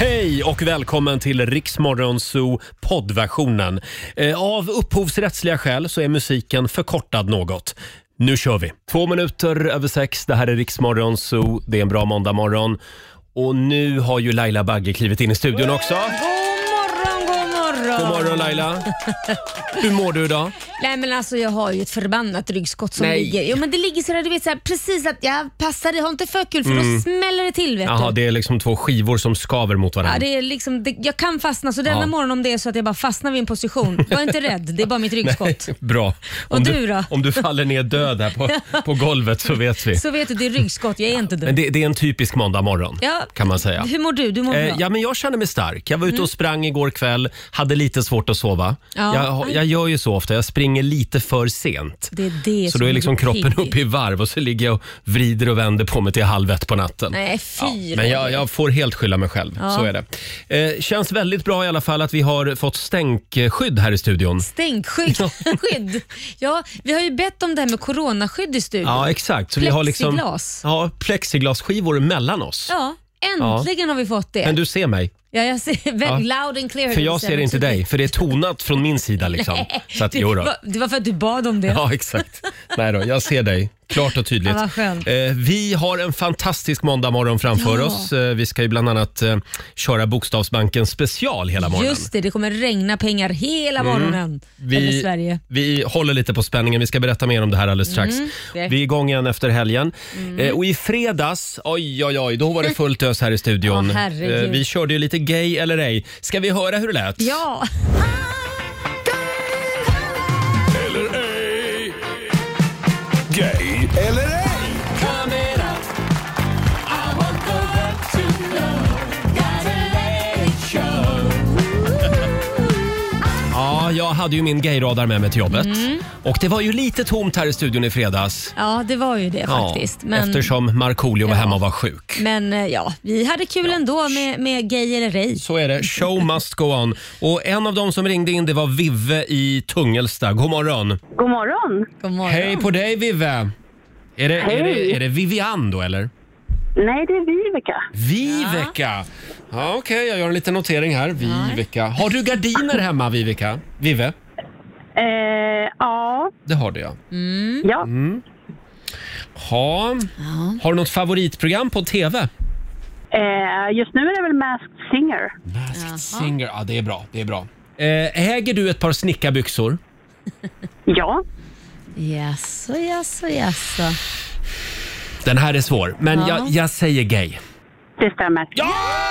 Hej och välkommen till Riksmorgon Zoo poddversionen. Av upphovsrättsliga skäl så är musiken förkortad något. Nu kör vi. 6:02. Det här är Riksmorgon Zoo. Det är en bra måndagmorgon. Och nu har ju Laila Bagge klivit in i studion också. God morgon Laila. Hur mår du idag? Nej men alltså jag har ju ett förbannat ryggskott som ligger. Jo men det ligger så där, du vet så här, precis att jag passar, det har inte för kul för då smäller det till vet Jaha, du. det är liksom två skivor som skaver mot varandra. Ja, det är liksom, jag kan fastna så denna morgon om det är så att jag bara fastnar vid en position. Jag är inte rädd, det är bara mitt ryggskott. Nej, bra. Och du då? Om du faller ner död här på golvet så vet vi. Så vet du, det är ryggskott, jag är inte död. Men det är en typisk måndagmorgon kan man säga. Hur mår du? Du mår bra? Ja men jag känner mig stark. Jag var ute och sprang igår kväll, hade lite svårt att sova. Ja. Jag gör ju så ofta, jag springer lite för sent. Det är det så då är liksom kroppen uppe i varv och så ligger jag och vrider och vänder på mig till 1:30 på natten. Nej, fy. Men jag får helt skylla mig själv, så är det. Känns väldigt bra i alla fall att vi har fått stänkskydd här i studion. Stänkskydd? Ja, vi har ju bett om det här med coronaskydd i studion. Ja, exakt. Så vi har liksom plexiglasskivor mellan oss. Ja, äntligen har vi fått det. Men du ser mig. Ja, jag ser väldigt loud and clear. För jag ser inte dig, för det är tonat från min sida liksom. Så att, det var för att du bad om det. Ja, exakt. Nej då, jag ser dig klart och tydligt. Ja, vad skönt. Vi har en fantastisk måndagmorgon framför oss. Vi ska ju bland annat köra Bokstavsbanken special hela morgonen. Just det kommer regna pengar hela morgonen över Sverige. Vi håller lite på spänningen. Vi ska berätta mer om det här alldeles strax. Vi är igång igen efter helgen. Och i fredags, oj, då var det fullt ös här i studion. Vi körde ju lite gay eller ej. Ska vi höra hur det lät? Ja! Eller ej. Gay eller ej. Ja, jag hade ju min gayradar med mig till jobbet. Och det var ju lite tomt här i studion i fredags. Ja, det var ju det faktiskt. Men, eftersom Markoolio var hemma och var sjuk. Men vi hade kul ändå med gay eller ej. Så är det. Show must go on. Och en av dem som ringde in, det var Vive i Tungelsta. God morgon. God morgon. God morgon. Hej på dig Vive. Är det Vivian då eller? Nej, det är Viveka. Viveka. Ja, okej, jag gör en liten notering här. Viveka. Har du gardiner hemma, Viveka? Vive? Ja. Det har du, ja. Ja. Har du något favoritprogram på TV? Just nu är det väl Masked Singer. Masked Singer, ja det är bra. Äger du ett par snickarbyxor? Ja. Jaså. Den här är svår, men jag säger gay. Det stämmer. Ja!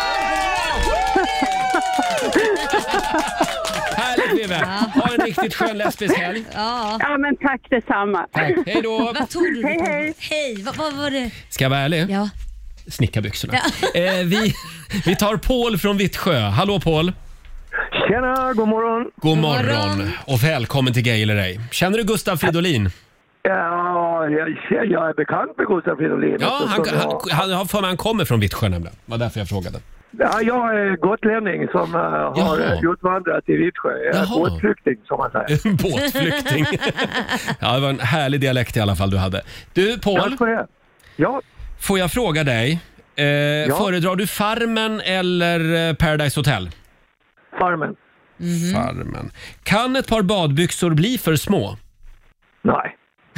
Härligt Vive. Ha en riktigt skön lesbisk helg. Ja, men tack detsamma. Tack. Hej då. Vad tog du? Hej. Vad var det? Ska jag vara ärlig? Ja. Snickarbyxorna. Vi tar Paul från Vittsjö. Hallå Paul. Tjena, god morgon. God morgon. Och välkommen till Gay eller ej. Känner du Gustav Fridolin? Ja, jag är bekant med Gustav Fridolin. Ja, han kommer från Vittsjö nämligen. Det var därför jag frågade. Ja, jag är gotlänning som har utvandrat till Vittsjö. Jag är båtflykting som man säger. Båtflykting. Ja, det var en härlig dialekt i alla fall du hade. Du, Paul. Ja. Får jag fråga dig, föredrar du Farmen eller Paradise Hotel? Farmen. Farmen. Kan ett par badbyxor bli för små? Nej.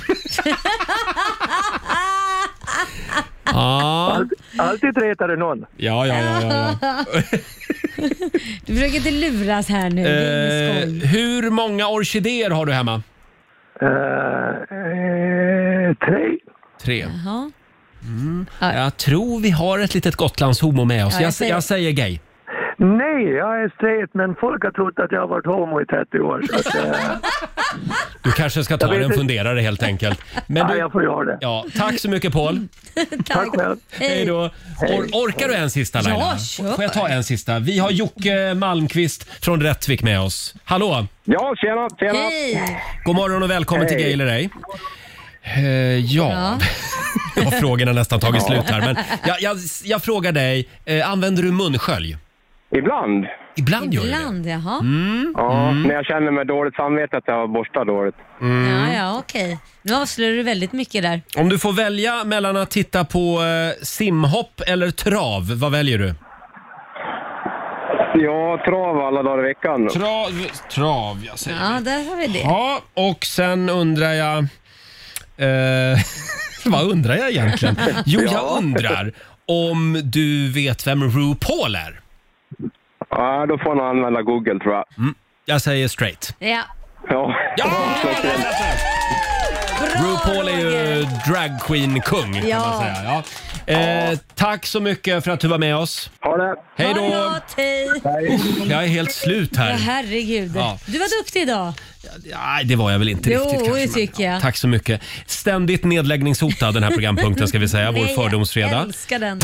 Alltid retar det någon. Ja. Du försöker inte luras här nu. Det är skoj. Hur många orkidéer har du hemma? 3. Jaha. Jag tror vi har ett litet Gotlandshomo med oss. Jag säger gay. Nej, jag är straight, men folk har trott att jag har varit homo i 30 år. Så att, du kanske ska ta en funderare helt enkelt. Men jag får göra det. Ja, tack så mycket Paul. Tack själv. Hej då. Orkar du en sista Laila? Ja, kör. Får jag ta en sista? Vi har Jocke Malmqvist från Rättvik med oss. Hallå? Ja, tjena. Hej. God morgon och välkommen till Gay eller ej. Frågorna har nästan tagit slut här. Men jag frågar dig, använder du munskölj? Ibland. Ibland gör du det? Jaha. Ja, när jag känner mig dåligt samvete att jag har borstat dåligt. Ja, okej. Nu avslöjar du väldigt mycket där. Om du får välja mellan att titta på simhopp eller trav, vad väljer du? Ja, trav alla dagar i veckan. Trav, jag säger. Ja, där har vi det. Ja, och sen undrar jag... vad undrar jag egentligen? Jo, jag undrar om du vet vem RuPaul är? Ja, då får man använda Google, tror jag. Jag säger straight. Ja. Ja! RuPaul är ju drag queen-kung, kan man säga. Ja. Tack så mycket för att du var med oss. Ha det! Hej då! Hej. Jag är helt slut här. Ja, herregud. Ja. Du var duktig idag. Nej, det var jag väl inte riktigt kanske. Jo, det tycker jag. Tack så mycket. Ständigt nedläggningshotad den här programpunkten, ska vi säga. Vår fördomsfredag. Jag älskar den.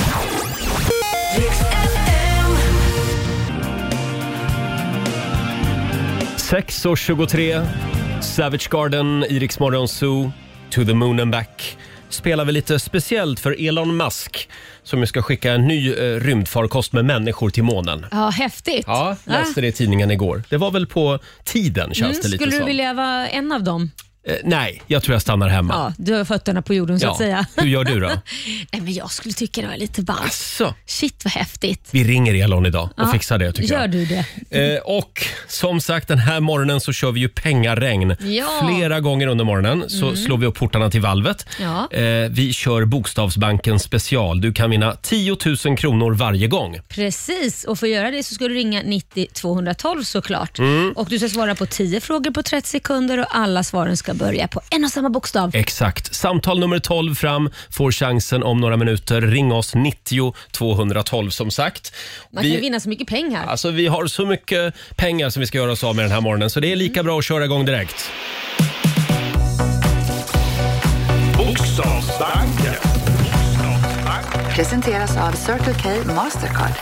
6:23. Savage Garden, i Rix Morgon Zoo, To the Moon and Back. Spelar vi lite speciellt för Elon Musk som ju ska skicka en ny rymdfarkost med människor till månen. Ja, häftigt. Ja, läste det i tidningen igår. Det var väl på tiden, känns det lite skulle som. du vilja vara en av dem? Nej, jag tror jag stannar hemma. Ja, du har fötterna på jorden så att säga. Hur gör du då? Nej, men jag skulle tycka det var lite ballt. Asså. Shit vad häftigt. Vi ringer Elon idag och fixar det, tycker jag. Gör du det? Och som sagt, den här morgonen så kör vi ju pengaregn. Ja. Flera gånger under morgonen så slår vi upp portarna till valvet. Ja. Vi kör Bokstavsbanken special. Du kan vinna 10 000 kronor varje gång. Precis, och för att göra det så ska du ringa 90 212 såklart. Och du ska svara på 10 frågor på 30 sekunder och alla svaren ska börja på en och samma bokstav. Exakt. Samtal nummer 12 fram får chansen om några minuter. Ring oss 90 212 som sagt. Man kan ju vinna så mycket pengar. Alltså vi har så mycket pengar som vi ska göra oss av med den här morgonen, så det är lika bra att köra igång direkt. Bokstavsbanken. Presenteras av Circle K Mastercard.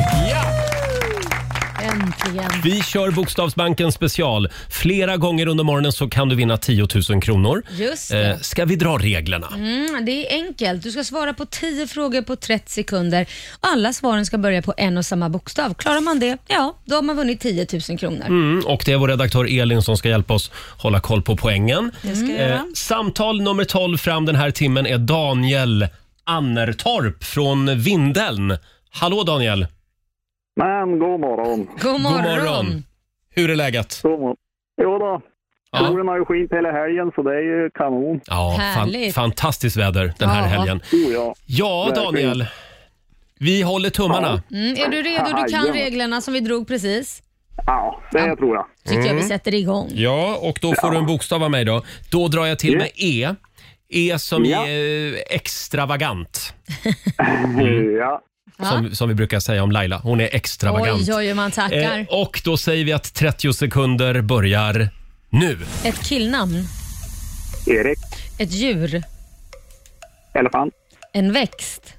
Äntligen. Vi kör Bokstavsbanken special. Flera gånger under morgonen så kan du vinna 10 000 kronor. Just det. Ska vi dra reglerna? Det är enkelt. Du ska svara på 10 frågor på 30 sekunder. Alla svaren ska börja på en och samma bokstav. Klarar man det, ja, då har man vunnit 10 000 kronor. Och det är vår redaktör Elin som ska hjälpa oss hålla koll på poängen. Det ska jag göra. Samtal nummer 12 fram den här timmen är Daniel Annertorp från Vindeln. Hallå Daniel! Men god morgon. God morgon. God morgon. Hur är läget? Jo då. Solen har ju skint hela helgen så det är ju kanon. Ja, Härligt. fantastiskt väder den här helgen. Ja, Daniel. Vi håller tummarna. Är du redo? Du kan reglerna som vi drog precis. Ja, det tror jag. Tycker jag vi sätter igång. Ja, och då får du en bokstav av mig då. Då drar jag till med E. E som är extravagant. Ja. Som vi brukar säga om Laila. Hon är extravagant. Oj, man tackar. Och då säger vi att 30 sekunder börjar nu. Ett killnamn. Erik. Ett djur. Elefant. En växt.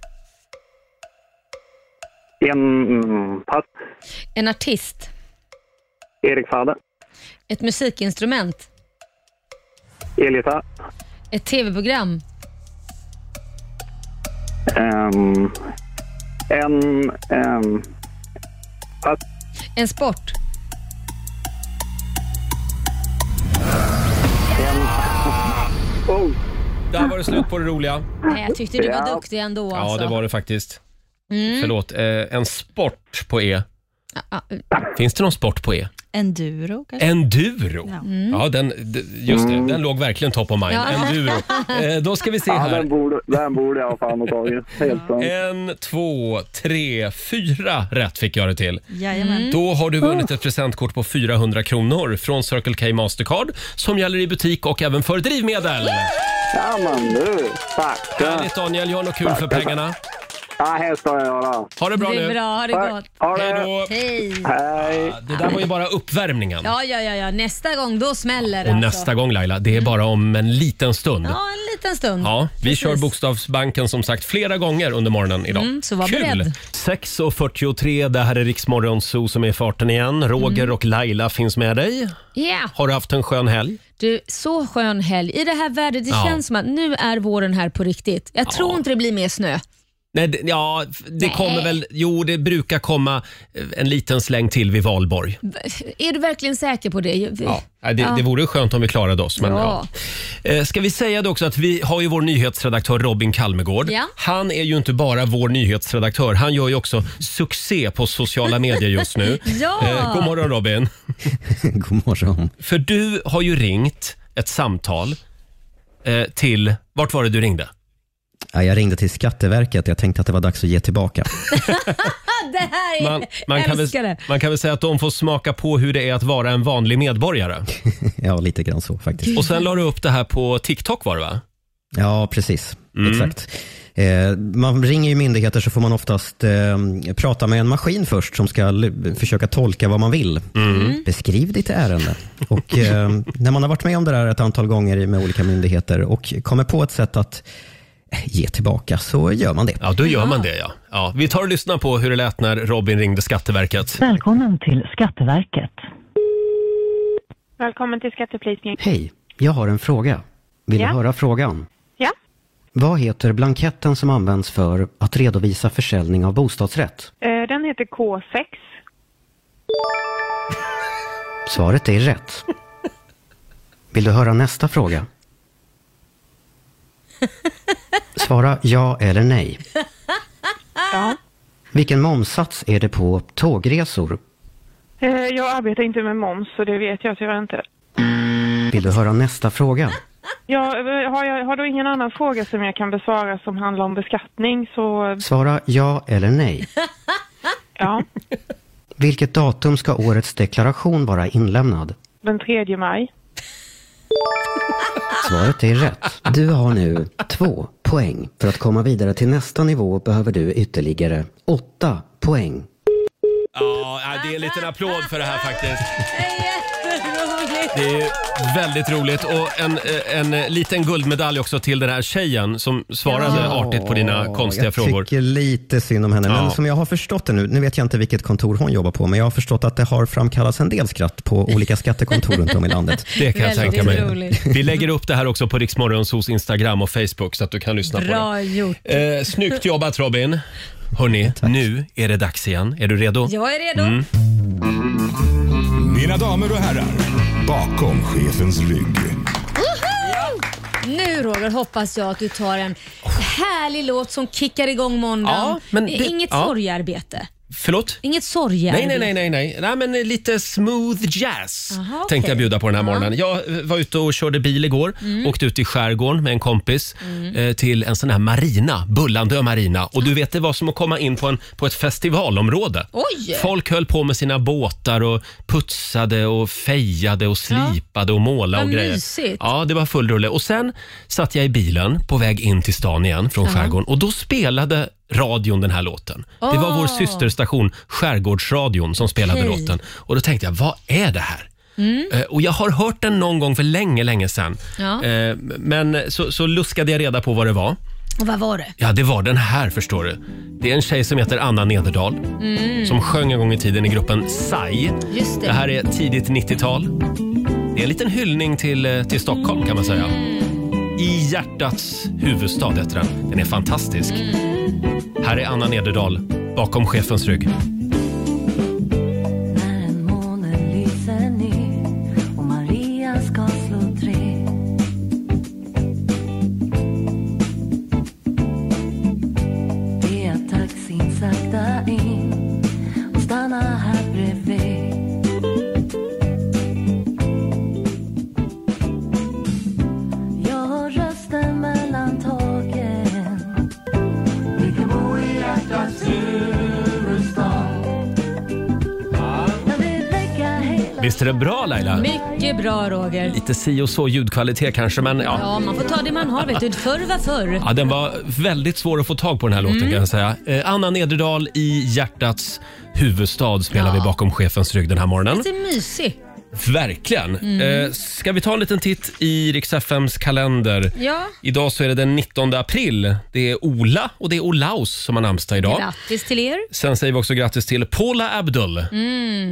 Pass. En artist. Erik Sade. Ett musikinstrument. Elita. Ett tv-program. Pass. En sport. Där var det slut på det roliga. Nej, jag tyckte du var duktig ändå. Ja, alltså. det var det faktiskt. Förlåt, en sport på E. Finns det någon sport på E? Enduro kanske? Enduro? Ja, just det. Den låg verkligen top of mind. Ja. Enduro. Då ska vi se här. Den borde jag fan ha tagit. Helt sant. 1, 2, 3, 4 rätt fick jag det till. Jajamän. Då har du vunnit ett presentkort på 400 kronor från Circle K Mastercard som gäller i butik och även för drivmedel. Ja, men du. Tack. Härligt Daniel, gör något kul för pengarna. Ja, här ska jag göra. Ha det bra Det är nu. bra, ha det gott. Hej då. Hej. Hej. Det där var ju bara uppvärmningen. Ja. Nästa gång, då smäller det. Och nästa gång Laila, det är bara om en liten stund. Ja, en liten stund. Ja, vi Precis. kör Bokstavsbanken som sagt flera gånger under morgonen idag. Så var Kul! beredd. 6:43, det här är Rix Morgon Zoo som är i farten igen. Roger och Laila finns med dig. Ja. Har du haft en skön helg? Du, så skön helg. I det här vädret, det känns som att nu är våren här på riktigt. Jag tror inte det blir mer snö. Nej, det kommer väl... Jo, det brukar komma en liten släng till vid Valborg. Är du verkligen säker på det? Ja, det vore skönt om vi klarade oss. Men, ska vi säga det också att vi har ju vår nyhetsredaktör Robin Kalmegård. Ja. Han är ju inte bara vår nyhetsredaktör, han gör ju också succé på sociala medier just nu. God morgon Robin. God morgon. För du har ju ringt ett samtal till... Vart var det du ringde? Ja, jag ringde till Skatteverket. Jag tänkte att det var dags att ge tillbaka. Det här är... Man kan väl säga att de får smaka på hur det är att vara en vanlig medborgare. Ja, lite grann så faktiskt. Och sen la du upp det här på TikTok, var det va? Ja, precis. Exakt. Man ringer ju myndigheter så får man oftast prata med en maskin först som ska försöka tolka vad man vill. Beskriv ditt ärende. Och när man har varit med om det där ett antal gånger med olika myndigheter och kommer på ett sätt att ge tillbaka, så gör man det. Ja, då gör man det, ja. Vi tar och lyssnar på hur det lät när Robin ringde Skatteverket. Välkommen till Skatteverket. Välkommen till skatteupplysning. Hej, jag har en fråga. Vill du höra frågan? Ja. Vad heter blanketten som används för att redovisa försäljning av bostadsrätt? Den heter K6. Svaret är rätt. Vill du höra nästa fråga? Svara ja eller nej. Ja. Vilken momssats är det på tågresor? Jag arbetar inte med moms, så det vet jag tyvärr inte. Vill du höra nästa fråga? Jag har då ingen annan fråga som jag kan besvara som handlar om beskattning, så... Svara ja eller nej. Ja. Vilket datum ska årets deklaration vara inlämnad? Den 3 maj. Svaret är rätt. Du har nu 2 poäng. För att komma vidare till nästa nivå behöver du ytterligare 8 poäng. Ja, det är en liten applåd för det här faktiskt. Det är väldigt roligt. Och en liten guldmedalj också till den här tjejen som svarade artigt på dina konstiga frågor. Jag tycker lite synd om henne. Men som jag har förstått det nu vet jag inte vilket kontor hon jobbar på, men jag har förstått att det har framkallats en del skratt på olika skattekontor runt om i landet. Det kan jag tänka mig. Roligt. Vi lägger upp det här också på Rix Morgonzos Instagram och Facebook så att du kan lyssna på det. Bra gjort. Snyggt jobbat Robin. Hörrni, nu är det dags igen. Är du redo? Jag är redo. Mina damer och herrar, bakom chefens rygg. Nu Roger hoppas jag att du tar en härlig låt som kickar igång måndagen. Inget sorgarbete. Förlåt? Inget sorgarbete. Nej, men lite smooth jazz tänkte jag bjuda på den här morgonen. Jag var ute och körde bil igår. Åkte ut i skärgården med en kompis till en sån här marina, Bullandö marina. Och du vet, det var som att komma in på ett festivalområde. Oj. Folk höll på med sina båtar och putsade och fejade och slipade och målade och grejer. Mysigt. Ja, det var full rulle. Och sen satt jag i bilen på väg in till stan igen från skärgården. Och då spelade radion den här låten. Det var vår systerstation Skärgårdsradion som spelade låten. Och då tänkte jag, vad är det här? Och jag har hört den någon gång för länge sedan. Men så luskade jag reda på vad det var. Och vad var det? Ja, det var den här, förstår du. Det är en tjej som heter Anna Nederdal som sjöng en gång i tiden i gruppen Sai. Just det. Det här är tidigt 90-tal. Det är en liten hyllning till Stockholm kan man säga. I hjärtats huvudstad heter den. Den är fantastisk. Här är Anna Nederdal bakom chefens rygg. När en måne lyser ner och Maria ska slå 3. Det är taxin sakta in och stanna här bredvid. Jag hör rösten mellan tagen. Visst är det bra, Laila? Mycket bra, Roger. Lite si och så ljudkvalitet kanske, men ja. Ja, man får ta det man har, vet du. Förr var förr. Ja, den var väldigt svår att få tag på den här låten kan jag säga. Anna Nederdal i hjärtats huvudstad spelar vi bakom chefens rygg den här morgonen. Lite mysig. Verkligen. Ska vi ta en liten titt i Rix FMs kalender? Ja. Idag så är det den 19 april. Det är Ola och det är Olaus som har namnsdag idag. Grattis till er. Sen säger vi också grattis till Paula Abdul.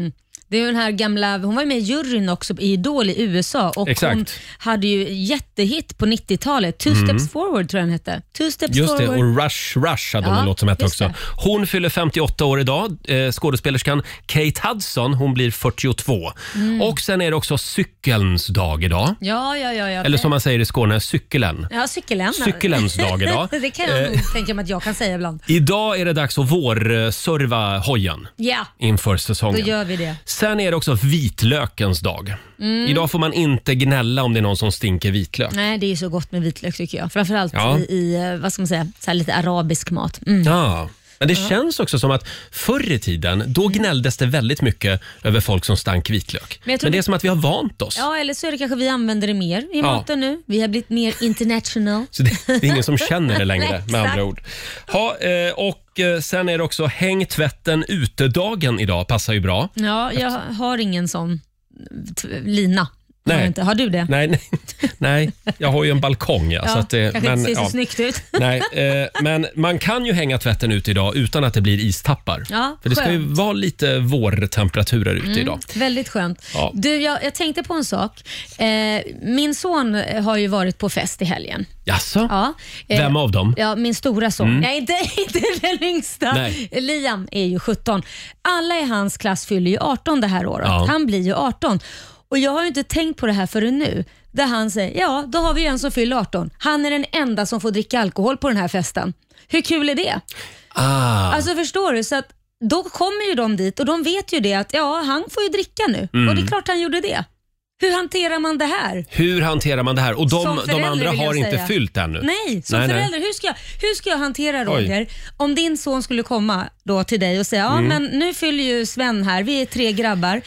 Det är den här gamla, hon var ju med i juryn också i Idol i USA och Exakt. hon hade ju jättehit på 90-talet. Two Steps Forward tror jag den hette. Two Steps Just Forward. det, och Rush hade hon en låt som hette också. Det. Hon fyller 58 år idag. Skådespelerskan Kate Hudson, hon blir 42. Och sen är det också cykelns dag idag. Ja. Eller som man säger i Skåne, cykelen. Ja, cykeln. Cykelns dag idag. Det kan jag nog tänka mig att jag kan säga ibland. Idag är det dags att vårserva hojen inför säsongen. Då gör vi det. Sen är det också vitlökens dag. Idag får man inte gnälla om det är någon som stinker vitlök. Nej, det är så gott med vitlök tycker jag. Framförallt i vad ska man säga, så här lite arabisk mat. Ja. Men det känns också som att förr i tiden, då gnälldes det väldigt mycket över folk som stank vitlök. Men det är som att vi har vant oss. Ja, eller så är det kanske vi använder det mer i maten nu. Vi har blivit mer international. Så det är ingen som känner det längre, med andra ord. Och sen är det också häng tvätten ute-dagen idag, passar ju bra. Ja, jag har ingen sån lina. Nej. Har du det? Nej, jag har ju en balkong. Ja, så att det kanske inte ser så snyggt ut. Nej, men man kan ju hänga tvätten ut idag utan att det blir istappar. Ja, för det ska ju vara lite vårtemperaturer ute idag. Väldigt skönt. Ja. Du, jag tänkte på en sak. Min son har ju varit på fest i helgen. Jaså? Ja. Vem av dem? Ja, min stora son. Nej, inte den yngsta. Nej. Liam är ju 17. Alla i hans klass fyller ju 18 det här året. Ja. Han blir ju 18. Och jag har ju inte tänkt på det här förrän nu. Där han säger, då har vi en som fyller 18. Han är den enda som får dricka alkohol på den här festen. Hur kul är det? Alltså förstår du? Så att då kommer ju de dit och de vet ju det att han får ju dricka nu. Och det är klart han gjorde det. Hur hanterar man det här? Och de andra har inte fyllt ännu. Nej, som förälder. Hur ska jag hantera Roger? Om din son skulle komma då till dig och säga, men nu fyller ju Sven här, vi är 3 grabbar.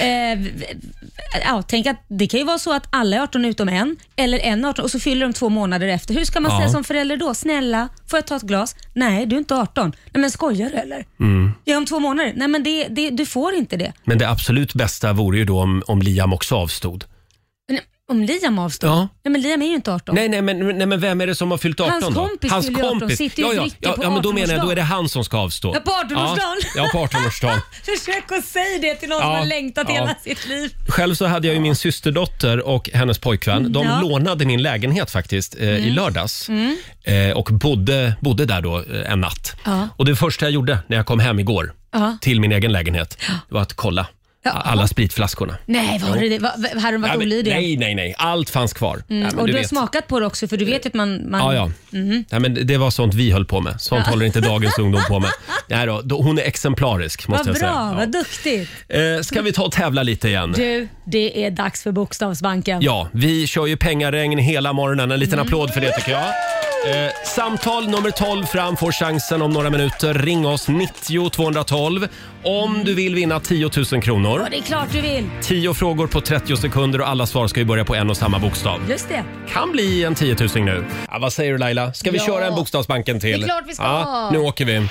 Tänk att det kan ju vara så att alla är 18 utom en, eller en 18 och så fyller de 2 månader efter. Hur ska man säga som förälder då? Snälla, får jag ta ett glas? Nej, du är inte 18. Nej, men skojar du eller? Ja, om 2 månader. Nej, men du får inte det. Men det absolut bästa vore ju då om Liam också avstod. Om Liam avstod? Ja. Nej, men Liam är ju inte 18. Nej, men vem är det som har fyllt 18 Hans kompis då? Hans fyller 18, kompis. sitter ju och dricker på 18-årsdagen. Men då menar jag, då är det han som ska avstå. Ja, på 18-årsdagen. Ja, på 18-årsdagen. Försök att säga det till någon som har längtat hela sitt liv. Själv så hade jag ju min systerdotter och hennes pojkvän. De lånade min lägenhet faktiskt i lördags. Och bodde där då en natt. Och det första jag gjorde när jag kom hem igår till min egen lägenhet var att kolla alla spritflaskorna. Nej, var det det? Hade de varit olydiga? Nej. Allt fanns kvar. Och du har smakat på det också, för du vet ju att man... Ja. Nej, men det var sånt vi höll på med. Sånt håller inte dagens ungdom på med. Nej då, hon är exemplarisk, måste jag säga. Vad bra, vad duktigt. Ska vi ta och tävla lite igen? Du, det är dags för Bokstavsbanken. Ja, vi kör ju pengaregn hela morgonen. En liten applåd för det tycker jag. Samtal nummer 12 fram får chansen om några minuter. Ring oss 90 212 om du vill vinna 10 000 kronor. Ja, det är klart du vill. 10 frågor på 30 sekunder och alla svar ska ju börja på en och samma bokstav. Just det. Kan bli en 10 000 nu. Ja, vad säger du Laila? Ska vi köra en Bokstavsbanken till? Det är klart vi ska. Ja, nu åker vi.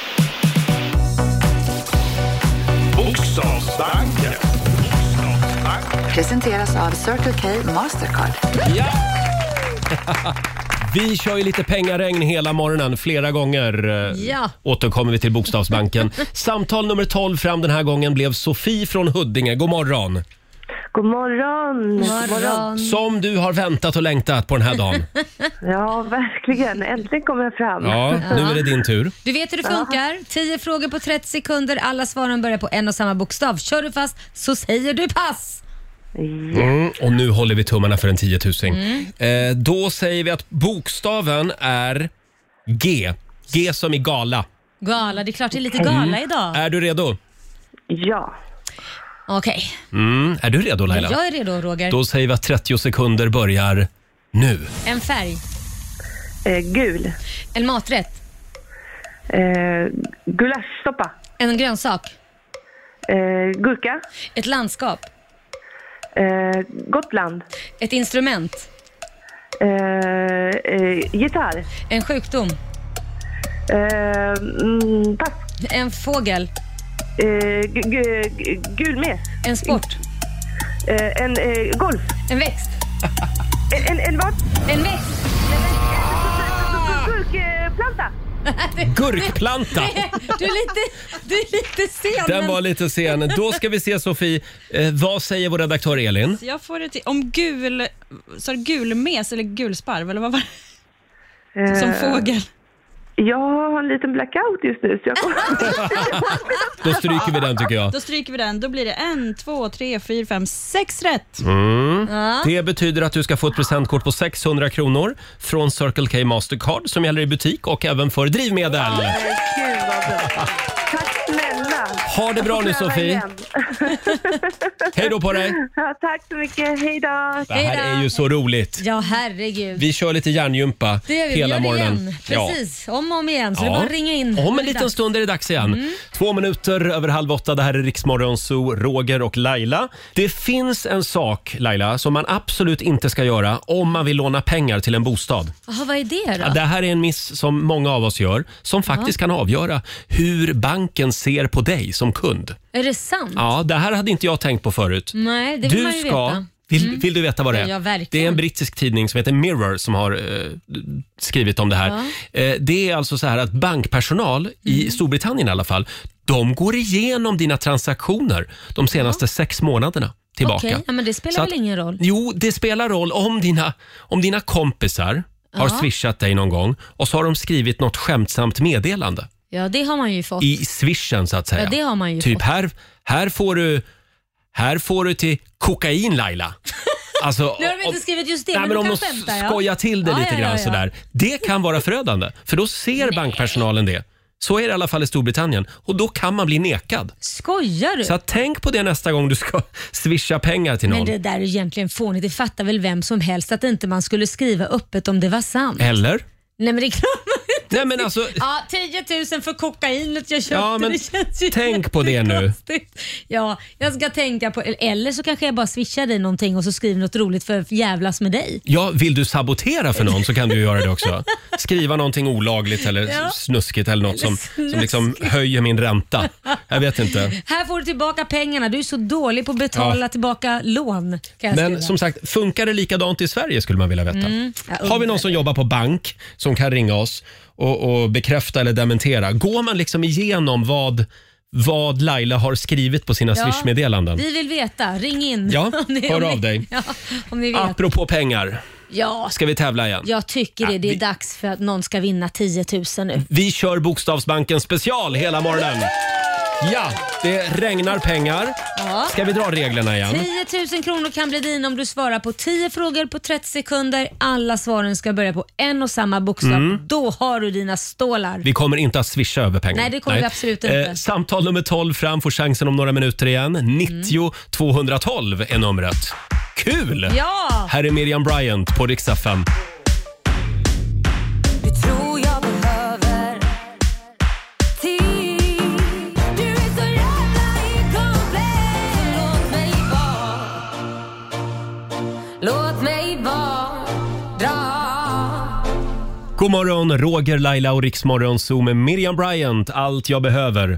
Bokstavsbanken. Presenteras av Circle K Mastercard. Ja! Vi kör ju lite pengaregn hela morgonen. Flera gånger återkommer vi till Bokstavsbanken. Samtal nummer 12 fram den här gången blev Sofie från Huddinge. God morgon. God morgon. Som du har väntat och längtat på den här dagen. Ja, verkligen. Äntligen kommer jag fram. Ja, nu är det din tur. Du vet hur det funkar. 10 frågor på 30 sekunder. Alla svaren börjar på en och samma bokstav. Kör du fast så säger du pass. Och nu håller vi tummarna för en 10 000. Då säger vi att bokstaven är G. G som i gala. Gala, det är klart det är lite gala idag. Är du redo? Ja. Okej. Är du redo Laila? Jag är redo Roger. Då säger vi att 30 sekunder börjar nu. En färg. Gul. En maträtt. Gulaschsoppa. En grönsak. Gurka. Ett landskap. Gotland. Ett instrument. Gitarr. En sjukdom. Pass. En fågel. Gulmes. En sport. En golf. En växt. En vad? En växt. Gurkplanta. Gurkplanta. Du är lite sen. Den var lite sen. Då ska vi se, Sofie. Vad säger vår redaktör Elin? Jag får det till om gulmes eller gulsparv, eller vad var det? Som fågel. Jag har en liten blackout just nu. Så jag Då stryker vi den, tycker jag. Då stryker vi den. Då blir det 1, 2, 3, 4, 5, 6 rätt. Det betyder att du ska få ett presentkort på 600 kronor från Circle K Mastercard som gäller i butik och även för drivmedel. Gud vad bra. Tack snälla. Ha det bra nu, Sofie. Hej då på dig. Ja, tack så mycket. Hej då. Det här är ju så roligt. Ja, herregud. Vi kör lite hjärngympa hela morgonen. Precis, om och om igen. Så det är bara att ringa in. Om en liten stund är det dags igen. 2 minuter över 7:30. Det här är Riksmorgon Zoo, Roger och Laila. Det finns en sak, Laila, som man absolut inte ska göra om man vill låna pengar till en bostad. Jaha, vad är det då? Ja, det här är en miss som många av oss gör, som faktiskt kan avgöra hur banken ser på dig som kund. Är det sant? Ja, det här hade inte jag tänkt på förut. Nej, det vill man ju veta. Vill du veta vad det är? Ja, verkligen. Det är en brittisk tidning som heter Mirror som har skrivit om det här. Det är alltså så här att bankpersonal i Storbritannien i alla fall, de går igenom dina transaktioner de senaste 6 månaderna tillbaka. Okej, men det spelar väl ingen roll? Jo, det spelar roll om dina kompisar har swishat dig någon gång och så har de skrivit något skämtsamt meddelande. Ja, det har man ju fått. I swishen så att säga. Ja, det har man ju typ fått. Här får du till kokain, Laila. Alltså, nu har de inte skrivit just det, men du om kan de skämta, skojar till det lite grann sådär. Det kan vara förödande, för då ser bankpersonalen det. Så är det i alla fall i Storbritannien. Och då kan man bli nekad. Skojar du? Så tänk på det nästa gång du ska swisha pengar till någon. Men det där är egentligen fånigt. Det fattar väl vem som helst att inte man skulle skriva öppet om det var sant. Eller? Nej, men det är klart man inte. Nej, men alltså, 10 000 för kokainet jag köpte. Ja, men det känns ju tänk på det nu. Ja, jag ska tänka på. Eller så kanske jag bara swishar dig någonting och så skriver något roligt för att jävlas med dig. Ja, vill du sabotera för någon så kan du ju göra det också. Skriva någonting olagligt eller snuskigt eller något som liksom höjer min ränta. Jag vet inte. Här får du tillbaka pengarna. Du är så dålig på att betala tillbaka lån. Men som sagt, funkar det likadant i Sverige skulle man vilja veta. Har vi någon som jobbar på bank som kan ringa oss och bekräfta eller dementera? Går man liksom igenom vad Laila har skrivit på sina Swish-meddelanden? Vi vill veta. Ring in. Ja, hör av dig. Ja, om ni vet. Apropå pengar. Ja. Ska vi tävla igen? Jag tycker det. Det är dags för att någon ska vinna 10 000 nu. Vi kör Bokstavsbanken special hela morgonen. Ja, det regnar pengar. Ska vi dra reglerna igen? 10 000 kronor kan bli din om du svarar på 10 frågor på 30 sekunder. Alla svaren ska börja på en och samma bokstav. Då har du dina stålar. Vi kommer inte att swisha över pengar. Nej, det kommer vi absolut inte. Samtal nummer 12 fram får chansen om några minuter igen. 90 212 är numret. Kul! Ja! Här är Miriam Bryant på Rix FM. God morgon, Roger, Laila och Riksmorgon Zoo med Miriam Bryant. Allt jag behöver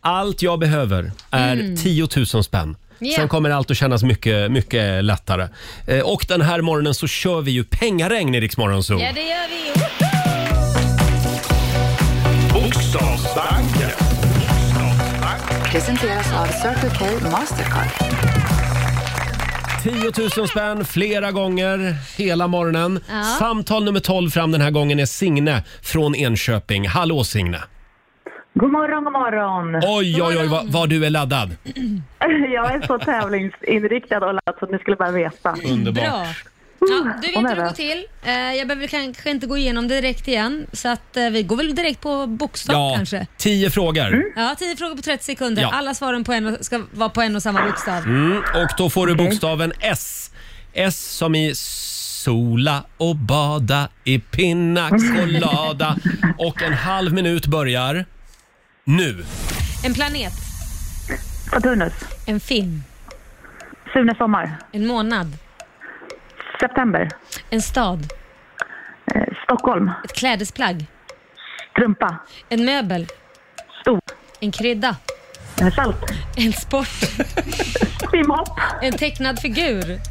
är 10 000 spänn. Sen kommer allt att kännas mycket, mycket lättare. Och den här morgonen så kör vi ju pengaregn i Riksmorgon Zoo. Ja, det gör vi. Bokstavsbanken. Presenteras av Circle K Mastercard. 10 000 spänn flera gånger hela morgonen. Samtal nummer 12 fram den här gången är Signe från Enköping. Hallå Signe. God morgon, god morgon. Oj, vad du är laddad. Jag är så tävlingsinriktad och laddad så att ni skulle bara veta. Underbart. Bra. Ja, du vet hur det går till. Jag behöver kanske inte gå igenom det direkt igen. Så att vi går väl direkt på bokstav kanske. 10 frågor. Ja, 10 frågor på 30 sekunder. Ja. Alla svaren ska vara på en och samma bokstav. Och då får du bokstaven S. S som i sola och bada i pina colada. Och en halv minut börjar nu. En planet. Saturnus. En film. Sune sommar. En månad. September. En stad. Stockholm. Ett klädesplagg. Strumpa. En möbel. Stol. En krydda. Salt. En sport. Simhopp. En tecknad figur.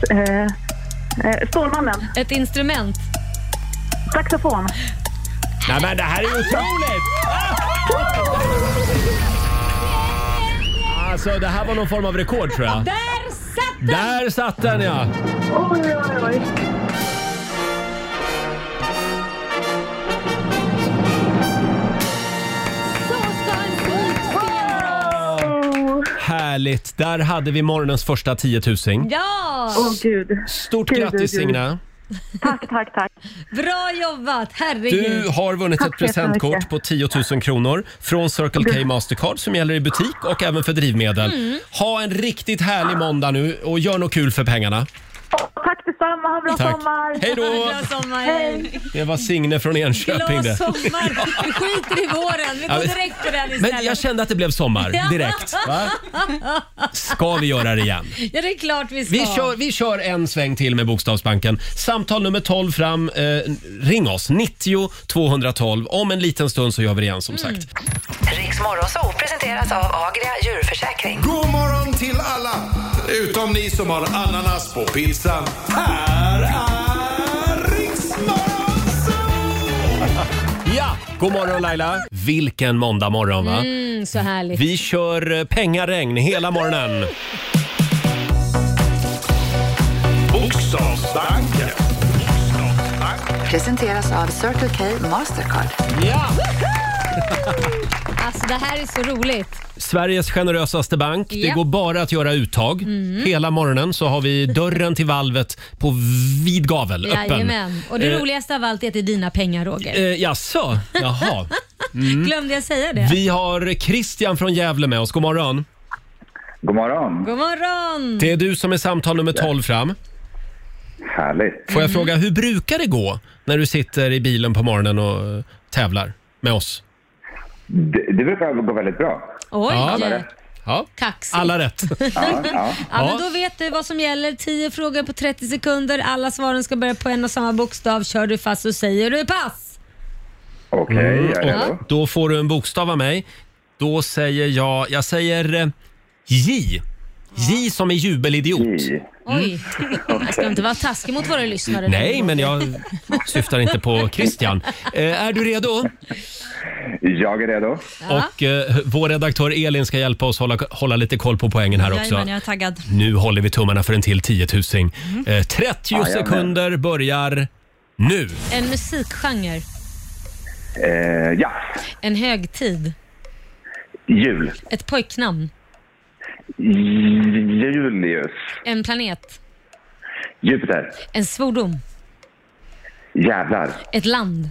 Stålmannen. Ett instrument. Saxofon. Ja, men det här är otroligt! Alltså, det här var någon form av rekord, tror jag. Där satt den, ja! Oj. Härligt. Där hade vi morgonens första 10 000. Ja! Gud. Stort grattis, Signe. Tack. Bra jobbat, herregud. Du har vunnit ett presentkort på 10 000 kronor från Circle K Mastercard som gäller i butik och även för drivmedel. Ha en riktigt härlig måndag nu och gör något kul för pengarna. Tack detsamma, ha bra sommar. Hej då! Bra sommar. Hej. Det var Signe från Enköping. Glad sommar. Vi skiter i våren. Vi går direkt på den istället. Men jag kände att det blev sommar direkt. Va? Ska vi göra det igen? Ja, det är klart vi ska. Vi kör en sväng till med Bokstavsbanken. Samtal nummer 12 fram. Ring oss. 90 212. Om en liten stund så gör vi det igen, som sagt. Riks Morgonzoo presenteras av Agria djurförsäkring. God morgon till alla! Utom ni som har ananas på pizzan. Här är Riks Morgonzoo! Ja, god morgon Laila. Vilken måndag morgon, va? Så härligt. Vi kör pengaregn hela morgonen. Bokstavsbanken. Presenteras av Circle K Mastercard. Ja! Alltså det här är så roligt. Sveriges generösaste bank. Det går bara att göra uttag. Hela morgonen så har vi dörren till valvet på vid gavel, öppen. Jajamän. Och det roligaste av allt är att det är dina pengar, Roger. Jaså? Jaha. Glömde jag säga det? Vi har Christian från Gävle med oss. God morgon. God morgon. God morgon. Det är du som är samtal nummer 12 fram. Härligt. Får jag fråga, hur brukar det gå när du sitter i bilen på morgonen och tävlar med oss? Det brukar gå väldigt bra. Oj. Alla rätt. Ja, kaxigt. alla rätt. Ja, men då vet du vad som gäller. 10 frågor på 30 sekunder. Alla svaren ska börja på en och samma bokstav. Kör du fast så säger du pass. Okej, jag är redo. Då får du en bokstav av mig. Då säger jag säger J. J som är jubelidiot. Oj, jag ska inte vara taskig mot våra lyssnare. Nej, men jag syftar inte på Christian. Är du redo? Jag är redo. Och vår redaktör Elin ska hjälpa oss hålla lite koll på poängen här också. Jag är taggad. Nu håller vi tummarna för en till 10 000. 30 sekunder börjar nu. En musikgenre. Ja. En högtid. Jul. Ett pojknamn. Julius. En planet. Jupiter. En svordom. Jävlar. Ett land.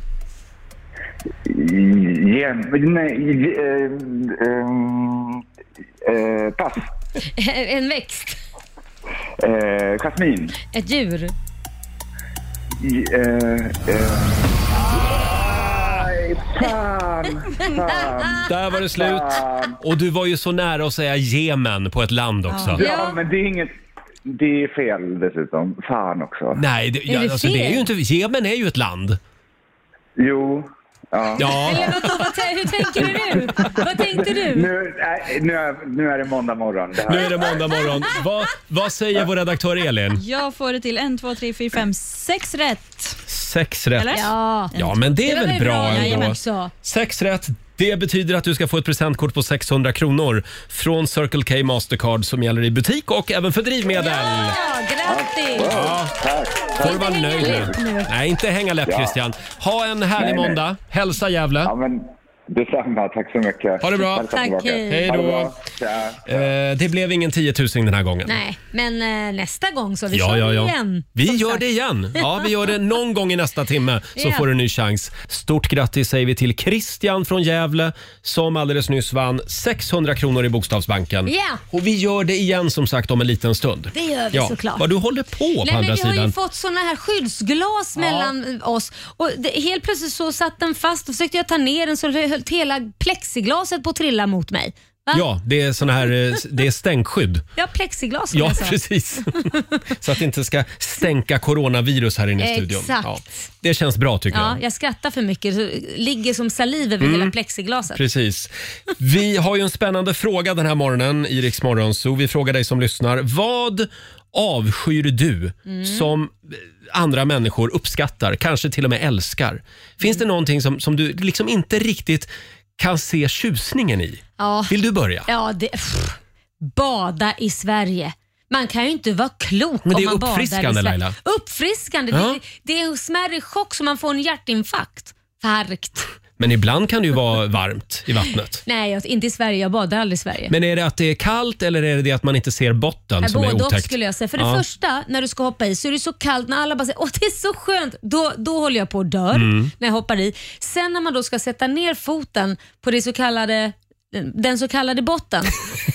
Pass. En växt. Jasmin. Ett djur. Fan. Där var det slut. Och du var ju så nära att säga Jemen på ett land också. Ja, men det är inget... Det är fel dessutom. Fan också. Nej, det är ju inte... Jemen är ju ett land. Jo. Ja. Hur tänker du nu? Vad tänkte du? Nu är det måndag morgon. Nu är det måndag morgon. Vad säger vår redaktör Elin? Jag får det till 1, 2, 3, 4, 5, 6 rätt. 6 rätt. Eller? Ja, men det är väl bra ändå. 6 rätt. Det betyder att du ska få ett presentkort på 600 kronor från Circle K Mastercard som gäller i butik och även för drivmedel. Ja, grattis! Ja, får du vara nöjd nu. Nej, inte hänga läpp, Christian. Ha en härlig måndag. Hälsa Gävle. Ja, men detsamma. Tack så mycket. Ha det bra. Tack, hej då. Det blev ingen 10 000 den här gången. Nej, men nästa gång så vi kör igen. Vi gör det igen. Ja, vi gör det någon gång i nästa timme så får du en ny chans. Stort grattis säger vi till Christian från Gävle som alldeles nyss vann 600 kronor i Bokstavsbanken. Och vi gör det igen som sagt om en liten stund. Det gör vi såklart. Vad du håller på andra sidan. Vi har ju fått såna här skyddsglas mellan oss och helt plötsligt så satt den fast och försökte jag ta ner den så höll hela plexiglaset på att trilla mot mig. Va? Ja, det är såna här, det är stänkskydd. Ja, plexiglas. Ja, precis. Så att det inte ska stänka coronavirus här inne i studion. Exakt. Ja, det känns bra tycker jag. Ja, jag skrattar för mycket. Så ligger som saliv över hela plexiglaset. Precis. Vi har ju en spännande fråga den här morgonen i Riks Morgonzoo. Vi frågar dig som lyssnar. Vad avskyr du som andra människor uppskattar, kanske till och med älskar? Finns det någonting som du liksom inte riktigt kan se tjusningen i? Ja. Vill du börja? Ja, bada i Sverige. Man kan ju inte vara klok men det är om man badar i uppfriskande, Sverige. Laila. Uppfriskande. Ja. Det är en smärre chock som man får en hjärtinfarkt. Farkt. Men ibland kan det ju vara varmt i vattnet. Nej, inte i Sverige. Jag badar aldrig i Sverige. Men är det att det är kallt eller är det att man inte ser botten som är otäckt? Skulle jag säga. För det första, när du ska hoppa i så är det så kallt. När alla bara säger det är så skönt. Då håller jag på att dör när jag hoppar i. Sen när man då ska sätta ner foten på den så kallade botten.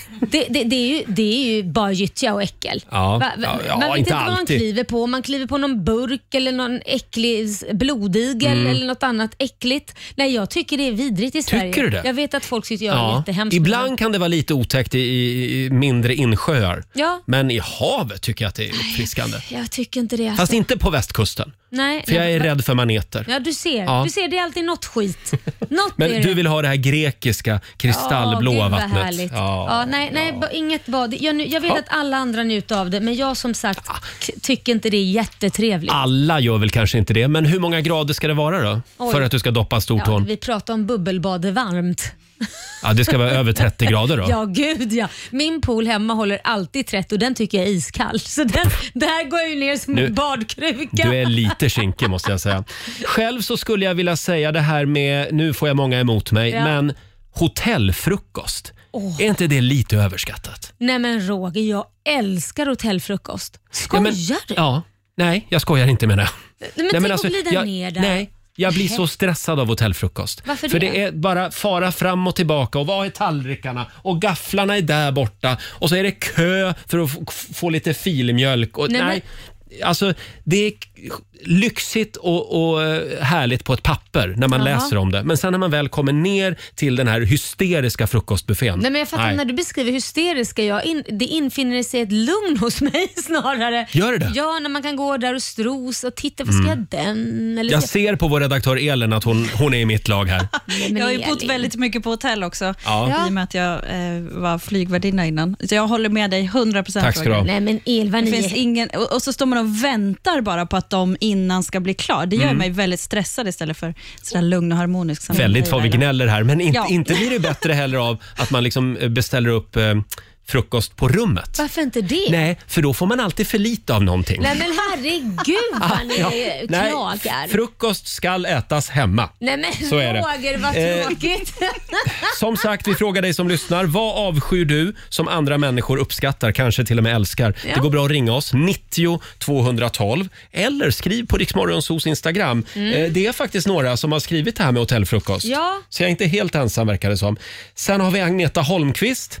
Det är ju bara gyttja och äckel. Ja. Man vet inte vad man alltid. kliver på. Man kliver på någon burk eller någon äcklig blodigel eller något annat äckligt. Nej, jag tycker det är vidrigt i Sverige. Tycker du det? Jag vet att folk tycker jag är jättehemskt. Ibland kan det vara lite otäckt i mindre insjöar. Ja. Men i havet tycker jag att det är uppfriskande. Jag tycker inte det. Fast inte på västkusten. Nej, för jag är rädd för maneter. Ja, du ser, det är alltid något skit. Men du vill ha det här grekiska kristallblåa vattnet. Härligt. Nej, inget bad. Jag vet att alla andra njuter av det, men jag som sagt tycker inte det är jättetrevligt. Alla gör väl kanske inte det, men hur många grader ska det vara då? Oj. För att du ska doppa stortån? Vi pratar om bubbelbad varmt. Ja, det ska vara över 30 grader då? Ja, gud ja. Min pool hemma håller alltid 30 och den tycker jag är iskall. Så där går jag ju ner som en badkruka. Du är lite kinkig måste jag säga. Själv så skulle jag vilja säga det här med, nu får jag många emot mig, men hotellfrukost. Är inte det lite överskattat? Nej men Roger, jag älskar hotellfrukost. Skojar du? Ja, nej jag skojar inte med det. Men tänk att glida ner där. Nej. Jag blir så stressad av hotellfrukost. Varför För det? det är bara fara fram och tillbaka och vad är tallrikarna och gafflarna är där borta och så är det kö för att få lite filmjölk och nej. Alltså det är lyxigt och härligt på ett papper när man läser om det. Men sen när man väl kommer ner till den här hysteriska frukostbuffén. Nej, men jag fattar när du beskriver hysteriska, det infinner sig ett lugn hos mig snarare. Gör det? Ja, när man kan gå där och stros och titta, vad ska jag den? Eller jag ser på vår redaktör Elin att hon är i mitt lag här. Jag har ju bott väldigt mycket på hotell också. Ja. I och med att jag var flygvärdinna innan. Så jag håller med dig 100%. Tack ska du ha. Nej men Elva, det finns ingen, och så står man och väntar bara på att de innan ska bli klar. Det gör mig väldigt stressad istället för sådär lugn och harmonisk. Väldigt vad vi gnäller här, men inte blir det bättre heller av att man liksom beställer upp frukost på rummet. Varför inte det? Nej, för då får man alltid för lite av någonting. Nej men herregud vad ni klagar. Frukost skall ätas hemma. Nej men så är det. Roger, vad tråkigt. Som sagt, vi frågar dig som lyssnar. Vad avskyr du som andra människor uppskattar, kanske till och med älskar? Ja. Det går bra att ringa oss, 90 212. Eller skriv på Rix Morgonzos Instagram. Det är faktiskt några som har skrivit det här med hotellfrukost. Ja. Så jag är inte helt ensam verkar det som. Sen har vi Agneta Holmqvist.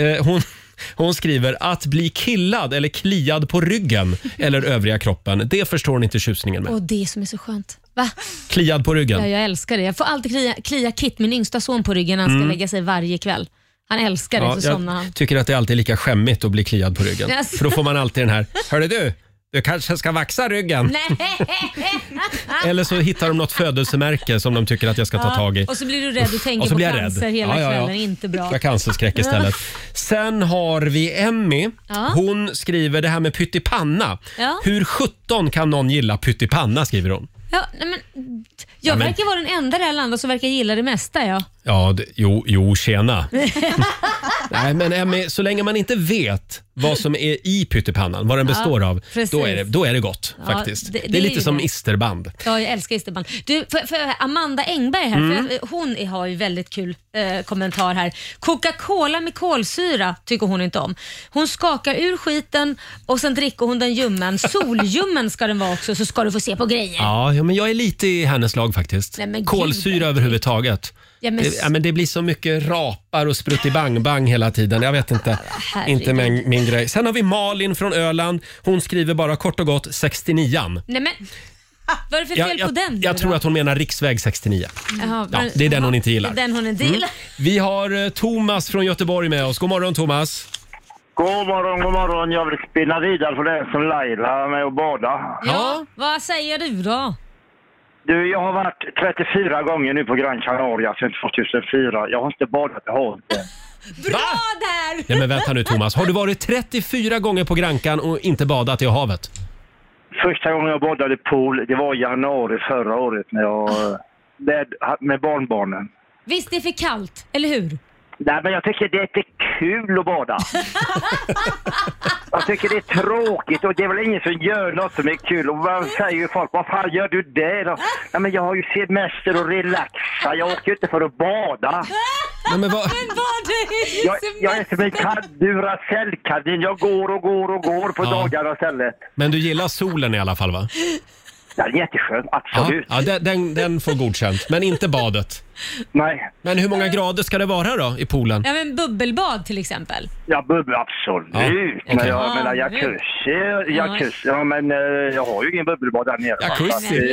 Hon skriver att bli killad eller kliad på ryggen eller övriga kroppen. Det förstår ni inte tjusningen med. Och det som är så skönt. Va? Kliad på ryggen. Ja, jag älskar det. Jag får alltid klia Kit, min yngsta son, på ryggen när han ska lägga sig varje kväll. Han älskar det, så somnar han. Jag tycker att det är alltid lika skämmigt att bli kliad på ryggen. Yes. För då får man alltid den här, hörde du kanske ska vaxa ryggen. Nej. Eller så hittar de något födelsemärke som de tycker att jag ska ta tag i. Och så blir du rädd och tänker på cancer hela kvällen. Inte bra. Jag har cancerskräck istället. Sen har vi Emmy. Hon skriver det här med pyttipanna. Hur 17 kan någon gilla pyttipanna, skriver hon. Ja, men jag verkar vara den enda i det här landet som verkar gilla det mesta. Ja, tjena. Nej, men Emmy, så länge man inte vet vad som är i pyttipannan, vad den består av, då är det gott faktiskt. Det är lite som isterband. Ja, jag älskar isterband. Du, för Amanda Engberg här, för hon har ju väldigt kul kommentar här. Coca-Cola med kolsyra tycker hon inte om. Hon skakar ur skiten och sen dricker hon den ljummen. Soljummen ska den vara också, så ska du få se på grejer. Ja, men jag är lite i hennes lag faktiskt. Nej, kolsyra överhuvudtaget. Men det blir så mycket rapar och spruttibang-bang hela tiden. Jag vet inte. Inte min grej. Sen har vi Malin från Öland. Hon skriver bara kort och gott 69an. Nej men, vad är det för fel på den? Jag tror att hon menar riksväg 69. Det är den hon inte gillar. Den hon inte gillar. Vi har Thomas från Göteborg med oss. God morgon Thomas. God morgon. Jag vill spinna vidare för det som Laila med att bada. Ja, vad säger du då? Du, jag har varit 34 gånger nu på Gran Canaria sedan 2004. Jag har inte badat i havet. Bra där! Nej men vänta nu Thomas, har du varit 34 gånger på Grankan och inte badat i havet? Första gången jag badade pool, det var i januari förra året när jag med barnbarnen. Visst, det är för kallt, eller hur? Nej, men jag tycker det är inte kul att bada. Jag tycker det är tråkigt och det är väl ingen som gör något som är kul. Och vad säger ju folk, vad fan gör du det då? Ja, men jag har ju semester och relaxa, jag åker ju inte för att bada. Nej, men vad... Jag är som en Duracell-kanin, jag går på dagarna istället. Men du gillar solen i alla fall, va? Ja, jätteskönt, absolut. Ja, den får godkänt, men inte badet. Nej. Men hur många grader ska det vara då i poolen? Ja, men bubbelbad till exempel. Ja, absolut. Ja, okay. Men jag menar, jacuzzi. Ja, men jag har ju ingen bubbelbad där nere. Jacuzzi.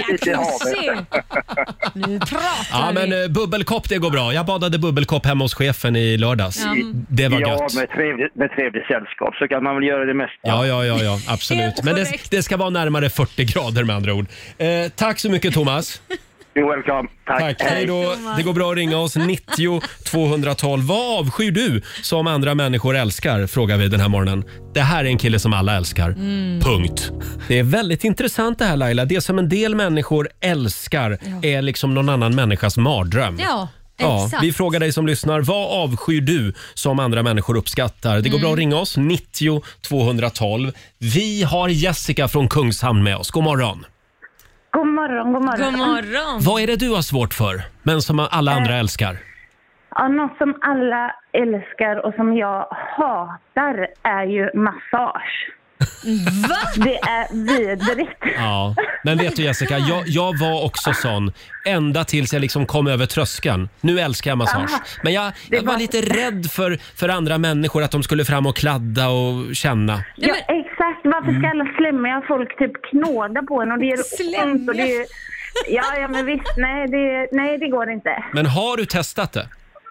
Nu pratar ja, men bubbelkopp, det går bra. Jag badade bubbelkopp hemma hos chefen i lördags. Ja. Det var gött. Ja, med trevligt sällskap så kan man väl göra det mesta. Ja, absolut. Men det ska vara närmare 40 grader med andra ord. Tack så mycket Thomas. You're welcome. Tack. Hej då. Det går bra att ringa oss 90 212. Vad avskyr du som andra människor älskar? Frågar vi den här morgonen. Det här är en kille som alla älskar. Punkt. Det är väldigt intressant det här, Laila. Det som en del människor älskar är liksom någon annan människas mardröm. Ja. Ja, vi frågar dig som lyssnar, vad avskyr du som andra människor uppskattar? Det går bra att ringa oss 90 212. Vi har Jessica från Kungshamn med oss. God morgon. God morgon. God morgon. Vad är det du har svårt för, men som alla andra älskar? Ja, något som alla älskar och som jag hatar är ju massage. Va? Det är vidrigt. Ja, men vet du Jessica, jag var också sån ända tills jag liksom kom över tröskeln. Nu älskar jag massage. Men jag var lite rädd för andra människor, att de skulle fram och kladda och känna. Ja, exakt. Varför ska alla slämmiga folk typ knåda på en och det är ont och det är... Ja, men visst. Nej, det går inte. Men har du testat det?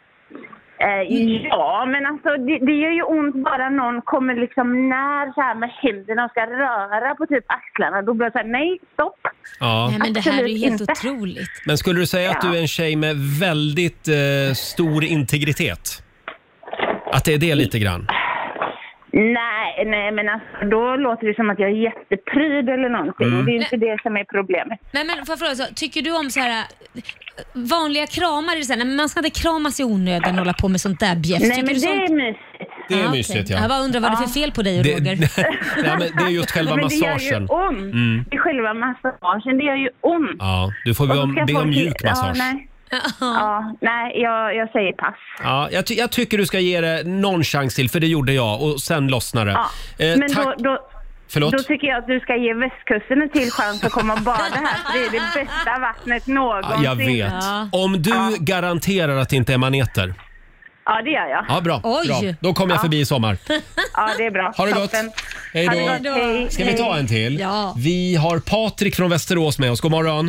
Ja, men alltså det gör ju ont bara någon kommer liksom när så här med händerna och ska röra på typ axlarna. Då blir jag såhär, nej, stopp. Ja. Nej, men det här är ju helt otroligt. Men skulle du säga att du är en tjej med väldigt stor integritet? Att det är det lite grann? Nej, men alltså, då låter det som att jag är jättepryd eller någonting. Det är inte det som är problemet. Nej, men får jag fråga så, tycker du om så här vanliga kramar? Så här, nej, men man ska inte kramas i onödan och hålla på med sånt där bjäft. Nej, men det är mysigt. Det är mysigt, ja. Jag bara undrar vad det är för fel på dig, Roger. Nej, men det är just själva massagen. Det gör ju ont. Det är själva massagen, det gör ju ont. Ja, du får be om mjuk massage. Nej, jag säger pass. Ja, jag tycker du ska ge det någon chans till, för det gjorde jag och sen lossnade det. Ja, men Förlåt? Då tycker jag att du ska ge västkusten en till chans att komma och bada här. Det är det bästa vattnet någonsin. Ja, jag vet. Om du garanterar att det inte är maneter. Ja, det gör jag. Ja, bra. Då kommer jag förbi i sommar. Ja, det är bra. Ha det gott. Hej då. Hej. Ska vi ta en till? Ja. Vi har Patrik från Västerås med oss. God morgon.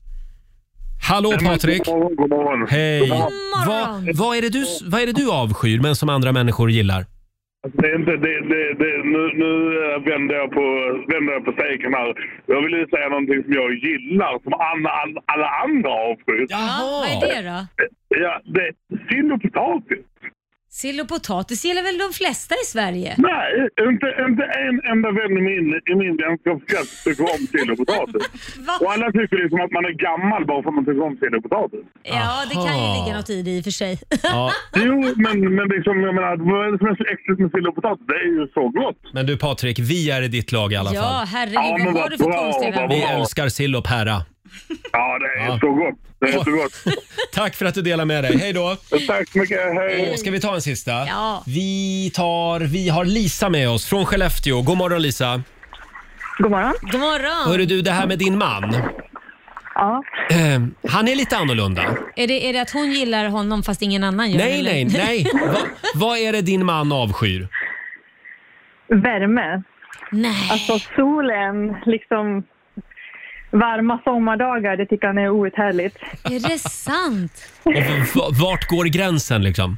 Hallå Patrik. God morgon. Hej. Vad är det du avskyr men som andra människor gillar? Det är inte nu vänder jag på steken här. Jag vill ju säga någonting som jag gillar som alla andra avskyr. Jaha. Vad är det då? Ja, det är sill och potatis. Sill och potatis gillar väl de flesta i Sverige? Nej, inte en enda vän i min vänskapskrets tycker om sill och potatis. Och alla tycker liksom att man är gammal bara för att man tycker om sill och potatis. Ja, det kan ju ligga något i det i och för sig. Ja. Jo, men liksom, jag menar, vad är det som är så äckligt med sill och potatis? Det är ju så gott. Men du Patrik, vi är i ditt lag i alla fall. Ja, herregud, vad har du för konstiga Vi älskar sill och pära. Ja, det är så gott. Det är så gott. Tack för att du delar med dig. Hej då. Tack så mycket. Hej. Ska vi ta en sista? Ja. Vi har Lisa med oss från Skellefteå. God morgon Lisa. God morgon. God morgon. Hörru du, det här med din man. Ja. Han är lite annorlunda. Är det att hon gillar honom fast ingen annan gör? Nej. Vad är det din man avskyr? Värme. Nej. Alltså solen, liksom varma sommardagar, det tycker han är outhärdligt. Är det sant? Och vart går gränsen liksom?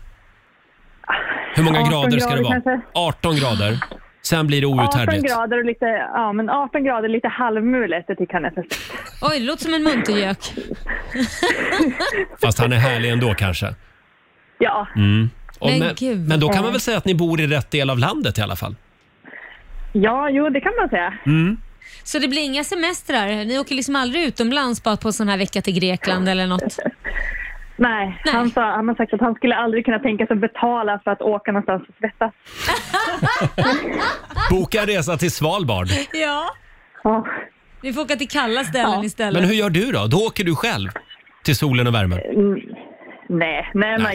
Hur många grader ska det vara? Kanske. 18 grader. Sen blir det outhärdligt. 18 grader och lite, men 18 grader lite halvmulet, det tycker han är perfekt. Oj, det låter som en muntergök. Fast han är härlig ändå kanske. Ja. Men då kan man väl säga att ni bor i rätt del av landet i alla fall? Ja, jo, det kan man säga. Så det blir inga semestrar? Ni åker liksom aldrig utomlands bara på en sån här vecka till Grekland eller något? Nej. Han har sagt att han skulle aldrig kunna tänka sig att betala för att åka någonstans och svettas. Boka en resa till Svalbard. Ja. Vi får åka till kalla ställen istället. Men hur gör du då? Då åker du själv till solen och värmen? Nej,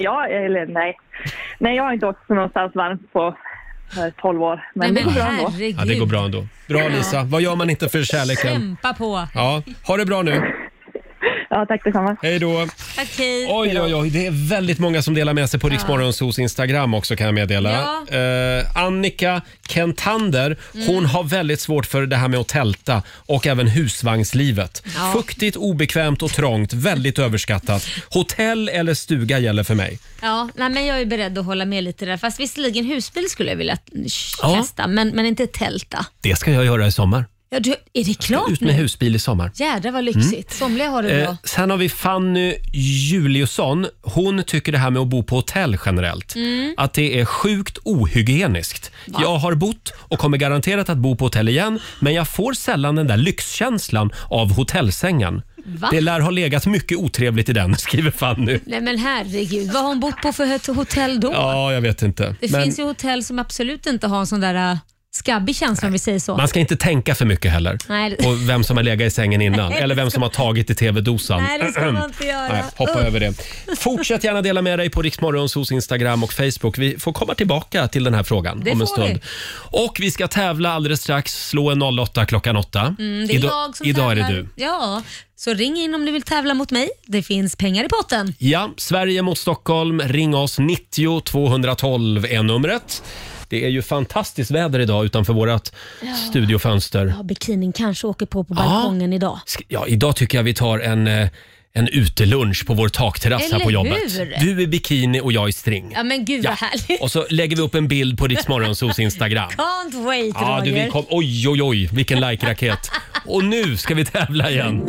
jag har inte åkt någonstans varmt på 12 år. Men det går bra ändå. Ja, det går bra ändå. Bra Lisa. Vad gör man inte för kärleken? Kämpa på. Ja, ha det bra nu. Ja, tack detsamma. Hej då. Okej. Oj, det är väldigt många som delar med sig på Rix Morgonzos Instagram också, kan jag meddela. Ja. Annika Kentander, hon har väldigt svårt för det här med att tälta och även husvagnslivet. Ja. Fuktigt, obekvämt och trångt, väldigt överskattat. Hotell eller stuga gäller för mig. Ja, men jag är beredd att hålla med lite där. Fast visserligen husbil skulle jag vilja testa, men inte tälta. Det ska jag göra i sommar. Ja, är det klart ut med husbil i sommar. Jädrar vad lyxigt. Somliga har det bra. Sen har vi Fanny Juliusson. Hon tycker det här med att bo på hotell generellt, att det är sjukt ohygieniskt. Va? Jag har bott och kommer garanterat att bo på hotell igen, men jag får sällan den där lyxkänslan av hotellsängen. Va? Det lär ha legat mycket otrevligt i den, skriver Fanny. Nej men herregud, vad har hon bott på för ett hotell då? Ja, jag vet inte. Det finns ju hotell som absolut inte har en sån där skabbig känsla, om vi säger så. Man ska inte tänka för mycket heller. Nej. På vem som har legat i sängen innan. Eller vem som har tagit i tv-dosan. Nej, det ska man inte göra. Nej, hoppa över det. Fortsätt gärna dela med dig på Rix Morgonzos Instagram och Facebook. Vi får komma tillbaka till den här frågan om en stund. Och vi ska tävla alldeles strax. Slå en 08 klockan 8. Det är jag som idag tävlar. är det du. Ja, så ring in om du vill tävla mot mig. Det finns pengar i potten. Ja, Sverige mot Stockholm. Ring oss, 90 212 är numret. Det är ju fantastiskt väder idag utanför vårat studiofönster. Ja, bikinin kanske åker på balkongen idag. Ja, idag tycker jag vi tar en utelunch på vår takterrass här på jobbet. Hur? Du i bikini och jag i string. Ja, men gud vad härligt. Och så lägger vi upp en bild på Rix Morgonzos Instagram. Can't wait, Roger. Oj, vilken like-raket. Och nu ska vi tävla igen.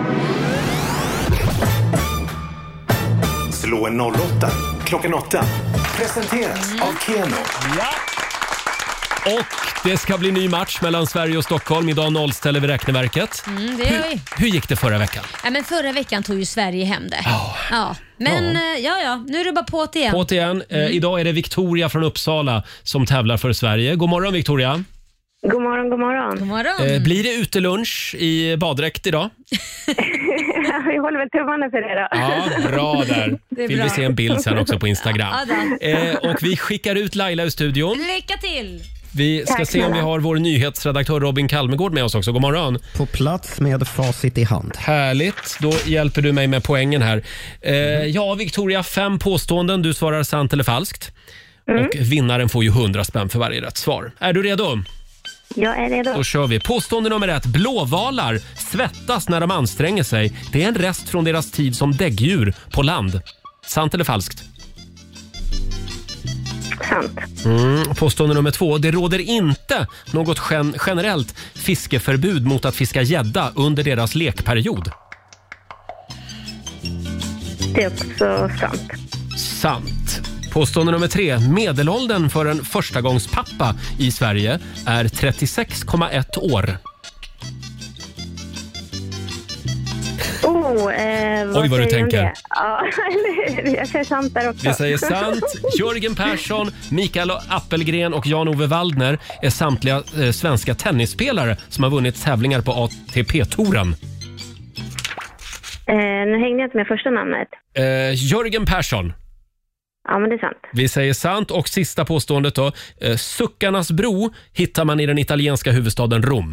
Slå en 08 klockan 8. Presenteras av Keno. Ja. Och det ska bli ny match mellan Sverige och Stockholm. Idag nollställer vi räkneverket. Det gör vi. Hur gick det förra veckan? Ja, men förra veckan tog ju Sverige hem det. Ja. Men nu är det bara på igen. Idag är det Victoria från Uppsala som tävlar för Sverige. God morgon Victoria. God morgon, god morgon. God morgon. Blir det utelunch i baddräkt idag? Vi håller väl tummarna för det då. Ja, bra där. Vill vi se en bild sen också på Instagram. Ja, och vi skickar ut Laila ur studion. Lycka till! Vi ska se om vi har vår nyhetsredaktör Robin Kalmegård med oss också. God morgon. På plats med facit i hand. Härligt, då hjälper du mig med poängen här. Ja, Victoria, 5 påståenden. Du svarar sant eller falskt. Och vinnaren får ju 100 spänn för varje rätt svar. Är du redo? Jag är redo. Då kör vi. Påstående nummer 1. Blåvalar svettas när de anstränger sig. Det är en rest från deras tid som däggdjur på land. Sant eller falskt? Sant. Påstående nummer 2. Det råder inte något generellt fiskeförbud mot att fiska gädda under deras lekperiod. Det är också sant. Sant. Påstående nummer 3. Medelåldern för en förstagångspappa i Sverige är 36,1 år. Oj, vad du tänker. Ja, jag säger sant där också. Vi säger sant. Jörgen Persson, Mikael Appelgren och Jan-Ove Waldner är samtliga svenska tennisspelare som har vunnit tävlingar på ATP-touren. Nu hängde jag inte med första namnet. Jörgen Persson. Ja, men det är sant. Vi säger sant. Och sista påståendet då. Suckarnas bro hittar man i den italienska huvudstaden Rom.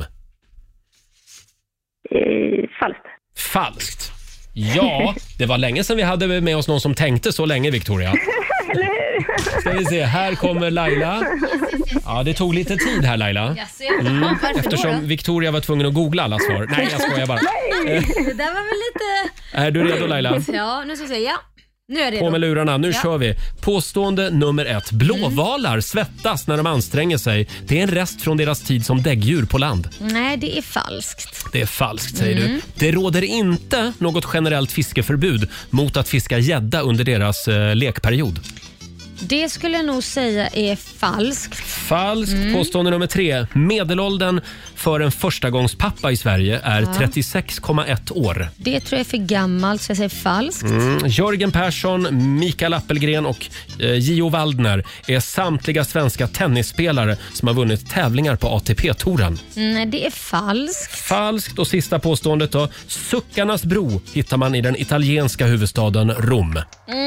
Falskt. Falskt. Ja, det var länge sedan vi hade med oss någon som tänkte så länge, Victoria. Ska vi se, här kommer Laila. Ja, det tog lite tid här, Laila. Eftersom Victoria var tvungen att googla alla svar. Nej, jag skojar bara. Det där var väl lite... Är du redo, Laila? Ja, nu ska jag säga. Nu är jag redo. På med lurarna, nu kör vi. Påstående nummer 1. Blåvalar svettas när de anstränger sig. Det är en rest från deras tid som däggdjur på land. Nej, det är falskt. Det är falskt, säger du. Det råder inte något generellt fiskeförbud mot att fiska gädda under deras lekperiod. Det skulle jag nog säga är falskt. Falskt. Påstående nummer 3. Medelåldern för en förstagångspappa i Sverige är 36,1 år. Det tror jag är för gammalt, så jag säger falskt. Jörgen Persson, Mikael Appelgren och Gio Waldner är samtliga svenska tennisspelare som har vunnit tävlingar på ATP-touren. Nej, det är falskt. Falskt. Och sista påståendet då. Suckarnas bro hittar man i den italienska huvudstaden Rom.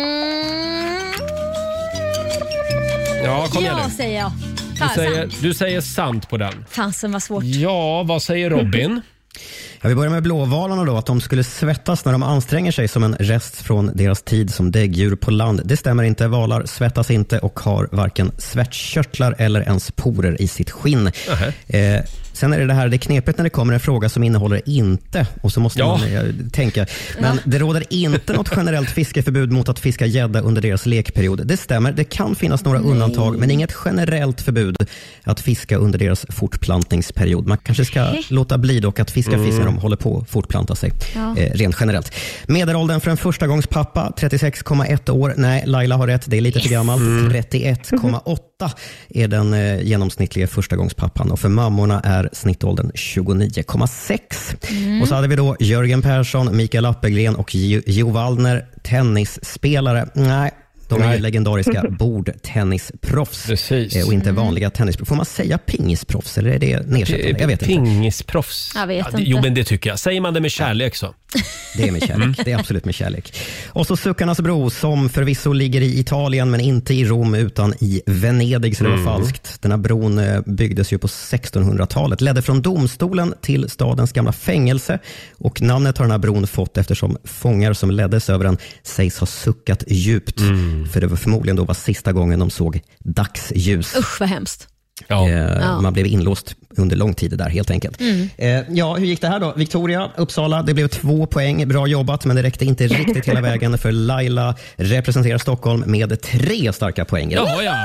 Ja, kom igen nu. Säger jag. Du säger sant på den. Fansen var svårt. Ja, vad säger Robin? Ja, vi börjar med blåvalarna då, att de skulle svettas när de anstränger sig som en rest från deras tid som däggdjur på land. Det stämmer inte. Valar svettas inte och har varken svettkörtlar eller ens porer i sitt skinn. Sen är det här, det är knepigt när det kommer en fråga som innehåller inte, och så måste man tänka. Men det råder inte något generellt fiskeförbud mot att fiska gädda under deras lekperiod. Det stämmer, det kan finnas några undantag, men inget generellt förbud att fiska under deras fortplantningsperiod. Man kanske ska låta bli dock att fiska fisk när de håller på att fortplanta sig, rent generellt. Medelåldern för en förstagångspappa, 36,1 år. Nej, Laila har rätt, det är lite för gammalt. 31,8 är den genomsnittliga förstagångspappan, och för mammorna är snittåldern 29,6. Och så hade vi då Jörgen Persson, Mikael Appelgren och Gio Waldner, tennisspelare. Nej, de är legendariska bordtennisproffs. Precis. Och inte vanliga tennisproffs. Får man säga pingisproffs eller är det nedsättande? Jag vet inte. Pingisproffs? Jag vet inte. Jo, men det tycker jag. Säger man det med kärlek så? Det är med kärlek. Det är absolut med kärlek. Och så Suckarnas bro, som förvisso ligger i Italien men inte i Rom utan i Venedig, så det var falskt. Den här bron byggdes ju på 1600-talet. Ledde från domstolen till stadens gamla fängelse, och namnet har den här bron fått eftersom fångar som leddes över den sägs ha suckat djupt. För det var förmodligen då var sista gången de såg dagsljus. Usch, vad hemskt. Man blev inlåst under lång tid där helt enkelt. Hur gick det här då? Victoria, Uppsala, det blev 2 poäng. Bra jobbat, men det räckte inte riktigt hela vägen, för Laila representerar Stockholm med 3 starka poäng. Ja.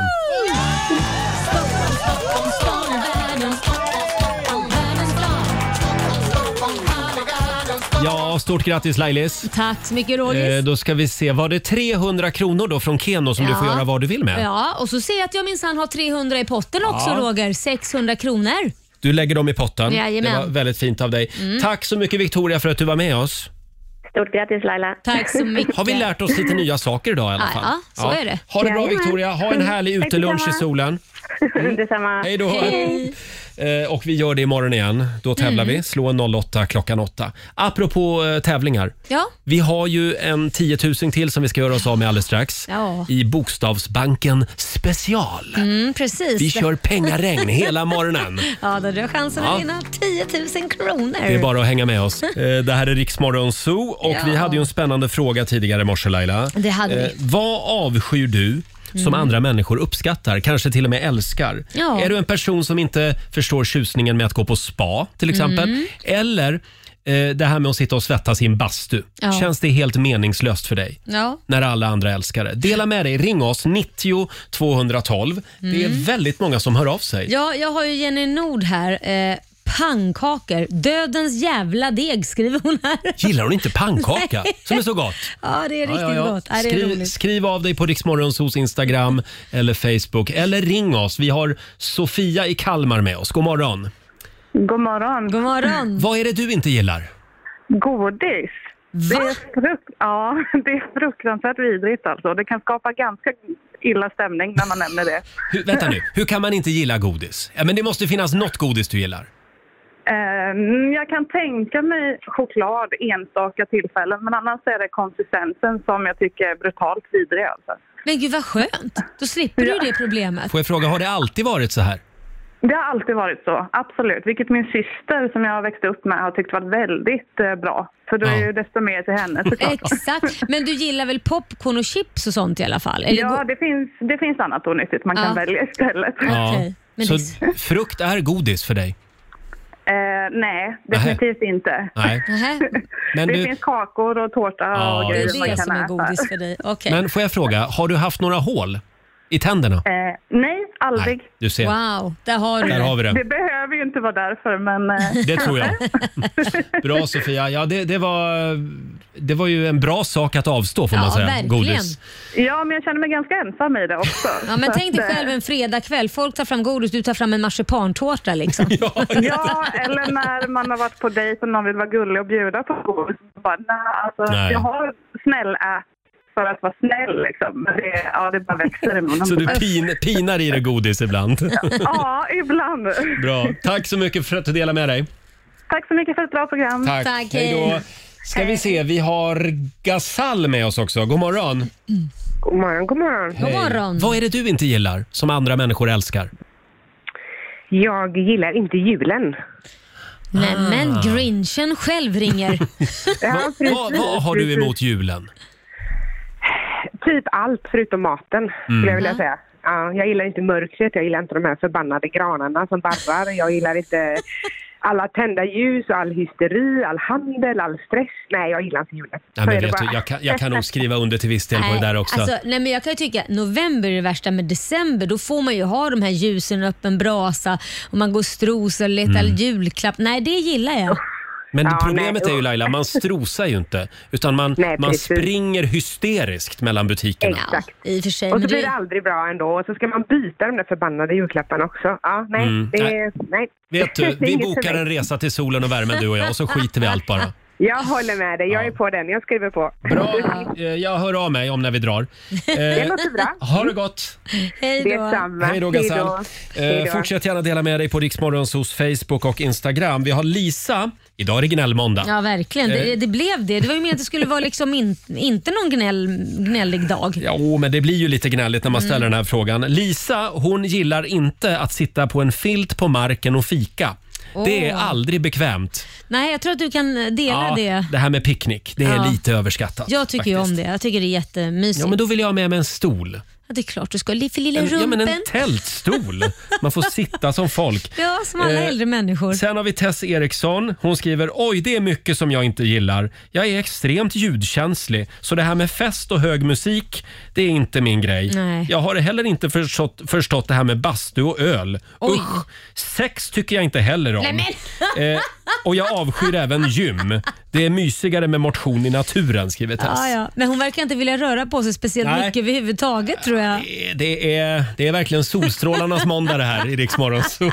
Ja, stort grattis Lailis. Tack så mycket Roger. Då ska vi se, var det 300 kronor då från Keno som du får göra vad du vill med? Ja, och så ser jag att jag minsann har 300 i potten också Roger. 600 kronor. Du lägger dem i potten. Jajamän. Det var väldigt fint av dig. Tack så mycket Victoria för att du var med oss. Stort grattis Laila. Tack så mycket. Har vi lärt oss lite nya saker idag i alla fall? Ja, så är det. Ha det bra Victoria. Ha en härlig utelunch i solen. Detsamma. Hej då. Och vi gör det imorgon igen. Då tävlar vi. Slå en 08 klockan 8. Apropå tävlingar. Ja. Vi har ju en 10 000 till som vi ska göra oss av med alldeles strax. Ja. I Bokstavsbanken special. Precis. Vi kör pengaregn hela morgonen. Ja, då har du chansen att vinna 10 000 kronor. Det är bara att hänga med oss. Det här är Rix Morgon Zoo och vi hade ju en spännande fråga tidigare i morse, Laila. Det hade vi. Vad avskyr du som andra människor uppskattar, kanske till och med älskar? Ja. Är du en person som inte förstår tjusningen med att gå på spa till exempel? Eller det här med att sitta och svettas i en bastu. Ja. Känns det helt meningslöst för dig? Ja. När alla andra älskar det. Dela med dig, ring oss 90 212. Det är väldigt många som hör av sig. Ja, jag har ju Jenny Nord här. Pannkakor. Dödens jävla deg, skriver hon här. Gillar hon inte pannkaka som är så gott? Ja, det är riktigt gott. Ja, det är roligt. Skriv av dig på Rix Morgonzoos Instagram eller Facebook. Eller ring oss. Vi har Sofia i Kalmar med oss. God morgon. God morgon. God morgon. Vad är det du inte gillar? Godis. Det är fruktansvärt vidrigt alltså. Det kan skapa ganska illa stämning när man nämner det. Vänta nu, hur kan man inte gilla godis? Ja, men det måste finnas något godis du gillar. Jag kan tänka mig choklad enstaka tillfällen, men annars är det konsistensen som jag tycker är brutalt vidrig alltså. Men gud vad skönt, då slipper du det problemet. Får jag fråga, har det alltid varit så här? Det har alltid varit så, absolut. Vilket min syster som jag har växt upp med har tyckt varit väldigt bra. Så då är ju desto mer till henne såklart. Exakt, men du gillar väl popcorn och chips och sånt i alla fall? Eller ja, det finns annat onyttigt man kan välja istället. Ja. Okay. Så frukt är godis för dig? Nej, definitivt inte. Nej. Men det finns kakor och tårta och grejer det är det som är godis för dig. Okay. Men får jag fråga, har du haft några hål i tänderna? Nej, aldrig. Nej, du ser. Wow, där har du där har vi det. Det behöver behöver ju inte vara därför, men... Det tror jag. Bra Sofia. Ja, det var ju en bra sak att avstå får man säga. Verkligen. Godis. Ja, men jag känner mig ganska ensam i det också. Ja, men tänk dig själv en fredagkväll. Folk tar fram godis, du tar fram en marsipantårta liksom. Ja, eller när man har varit på dejt och någon vill vara gullig och bjuda på godis. Nej. Jag har snäll för att vara snäll liksom. Men det bara växer i munnen. Så du pinar i det godis ibland? Ja, ibland. Bra. Tack så mycket för att du delar med dig. Tack så mycket för ett bra program. Tack. Hej då. Ska vi se, vi har Gasall med oss också. God morgon. God morgon, god morgon. Hej. God morgon. Vad är det du inte gillar som andra människor älskar? Jag gillar inte julen. Nej, men Grinchen själv ringer. Ja, vad har du emot julen? Typ allt förutom maten, skulle jag vilja säga. Ja, jag gillar inte mörkret, jag gillar inte de här förbannade granarna som barrar. Jag gillar inte alla tända ljus, all hysteri, all handel, all stress. Nej, jag gillar inte julen. Nej, men vet du, jag kan nog skriva under till viss del på det där också. Alltså, nej, men jag kan ju tycka november är det värsta, med december då får man ju ha de här ljusen och öppen brasa och man går och strosar och letar julklapp. Nej, det gillar jag. Men problemet är ju, Laila, man strosar ju inte. Utan man springer hysteriskt mellan butikerna. Exakt. I och för sig, och så blir det aldrig bra ändå. Och så ska man byta de där förbannade julklapparna också. Ja, nej. Nej. Vet du, vi bokar en resa till solen och värmen du och jag. Och så skiter vi allt bara. Jag håller med dig. Jag är på den. Jag skriver på. Bra. Jag hör av mig om när vi drar. Det låter bra. Ha det gott. Hej då. Hej då, Gasall. Fortsätt gärna dela med dig på Rix Morgonzos Facebook och Instagram. Vi har Lisa. Idag är det gnällmåndag. Ja, verkligen. Det blev det. Det var ju mer att det skulle vara liksom inte någon gnällig dag. Ja, men det blir ju lite gnälligt när man ställer den här frågan. Lisa, hon gillar inte att sitta på en filt på marken och fika. Det är aldrig bekvämt. Nej, jag tror att du kan dela det. Det här med picknick, det är lite överskattat. Jag tycker ju om det. Jag tycker det är jättemysigt. Ja, men då vill jag ha med mig en stol. Ja, det är klart du ska. För lilla rumpen. Ja, men en tältstol. Man får sitta som folk. Ja, som alla äldre människor. Sen har vi Tess Eriksson. Hon skriver, oj det är mycket som jag inte gillar. Jag är extremt ljudkänslig. Så det här med fest och hög musik, det är inte min grej. Nej. Jag har heller inte förstått det här med bastu och öl. Oj. Usch, sex tycker jag inte heller om. Nej, men. Och jag avskyr även gym. Det är mysigare med motion i naturen, skriver Tess. Ja. Men hon verkar inte vilja röra på sig speciellt mycket överhuvudtaget, tror jag. Det är verkligen solstrålarnas måndag det här i Rix Morgonzoo.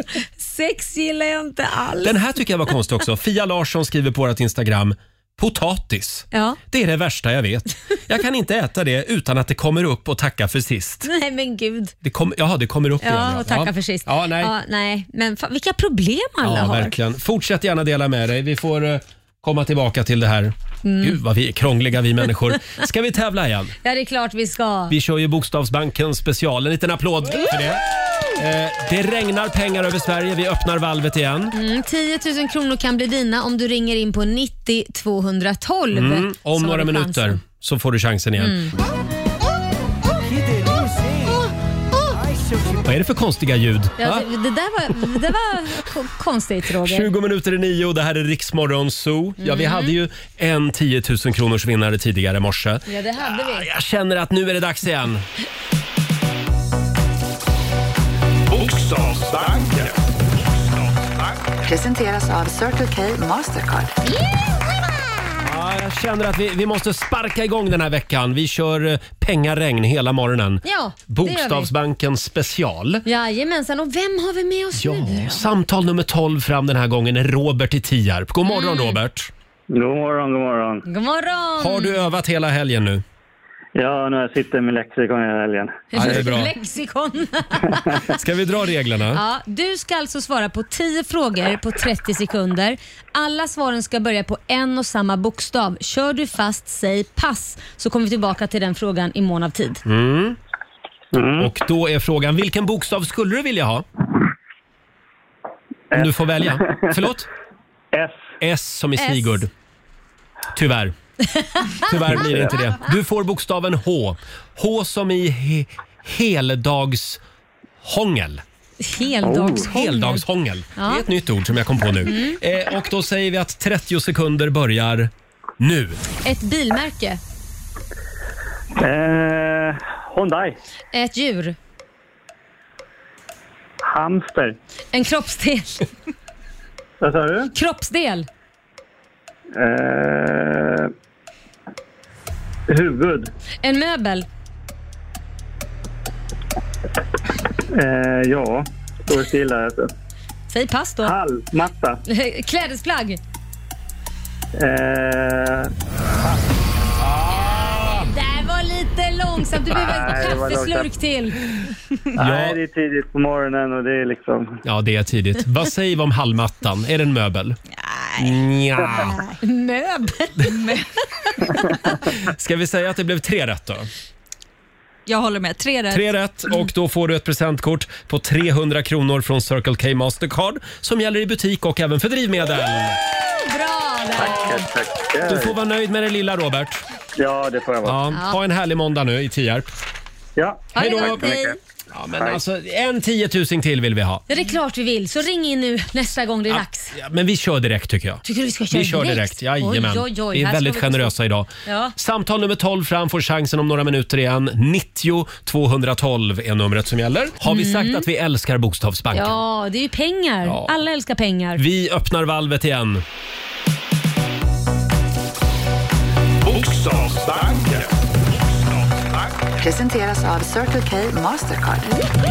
Sex gillar jag inte alls. Den här tycker jag var konstig också. Fia Larsson skriver på vårt Instagram. Potatis. Ja. Det är det värsta jag vet. Jag kan inte äta det utan att det kommer upp och tacka för sist. Nej, men gud. Det kommer upp igen. Ja, och tacka för sist. Ja, nej. Ja, nej. Men vilka problem alla har. Verkligen. Fortsätt gärna dela med dig. Vi får komma tillbaka till det här. Gud vad vi är krångliga vi människor. Ska vi tävla igen? Ja, det är klart vi ska. Vi kör ju Bokstavsbanken special. En liten applåd för det. Det regnar pengar över Sverige. Vi öppnar valvet igen. 10 000 kronor kan bli dina om du ringer in på 90 212. Om några minuter så får du chansen igen. Vad är det för konstiga ljud? Ja, det där var konstigt, Roger. 20 minuter i 9, det här är Rix Morgonzoo. Ja, vi hade ju en 10 000 kronors vinnare tidigare i morse. Ja, det hade vi. Jag känner att nu är det dags igen. Bokstavsbanken. Presenteras av Circle K Mastercard. Ja, jag känner att vi måste sparka igång den här veckan. Vi kör pengaregn hela morgonen. Ja, Bokstavsbanken special. Jajamensan, och vem har vi med oss nu? Samtal nummer 12 fram den här gången är Robert i Tierp. God morgon Robert. God morgon, god morgon. God morgon. Har du övat hela helgen nu? Ja, nu har jag suttit med lexikon hela helgen. Ja, det är bra. Lexikon. Ska vi dra reglerna? Ja, du ska alltså svara på 10 frågor på 30 sekunder. Alla svaren ska börja på en och samma bokstav. Kör du fast, säg pass, så kommer vi tillbaka till den frågan i mån av tid. Och då är frågan, vilken bokstav skulle du vilja ha? Om du får välja. Förlåt? S. S som i Sigurd. Tyvärr. Tyvärr blir det inte det. Du får bokstaven H. H som i heldagshångel. Heldagshångel. Ja. Det är ett nytt ord som jag kom på nu. Och då säger vi att 30 sekunder börjar nu. Ett bilmärke. Hyundai. Ett djur. Hamster. En kroppsdel. Vad sa du? Kroppsdel. Huvud. En möbel. Ja, står stilla alltså. Säg pass då. Matta. Klädesplagg. Det var lite långsamt. Du behöver en kaffeslurk till. Nej, det är tidigt på morgonen och det är liksom... Ja, det är tidigt. Vad säger vi om hallmattan? Är det en möbel? Nja. Möbel? Ska vi säga att det blev 3 rätt då? Jag håller med. 3 rätt. 3 rätt och då får du ett presentkort på 300 kronor från Circle K Mastercard som gäller i butik och även för drivmedel. Bra där. Tack. Du får vara nöjd med det lilla, Robert. Ja, det får jag vara. Ja, ha en härlig måndag nu i Tierp. Ja. Hej då. Ja, men alltså, en 10 000 till vill vi ha. Ja, det är klart vi vill. Så ring in nu nästa gång det är dags. Ja, men vi kör direkt tycker jag. Tycker du vi ska köra direkt? Vi kör direkt, jajamän. Oj. Vi är väldigt generösa idag. Ja. Samtal nummer 12 fram får chansen om några minuter igen. 90 212 är numret som gäller. Har vi sagt att vi älskar Bokstavsbanken? Ja, det är ju pengar. Ja. Alla älskar pengar. Vi öppnar valvet igen. Bokstavsbanken. Presenteras av Circle K Mastercard.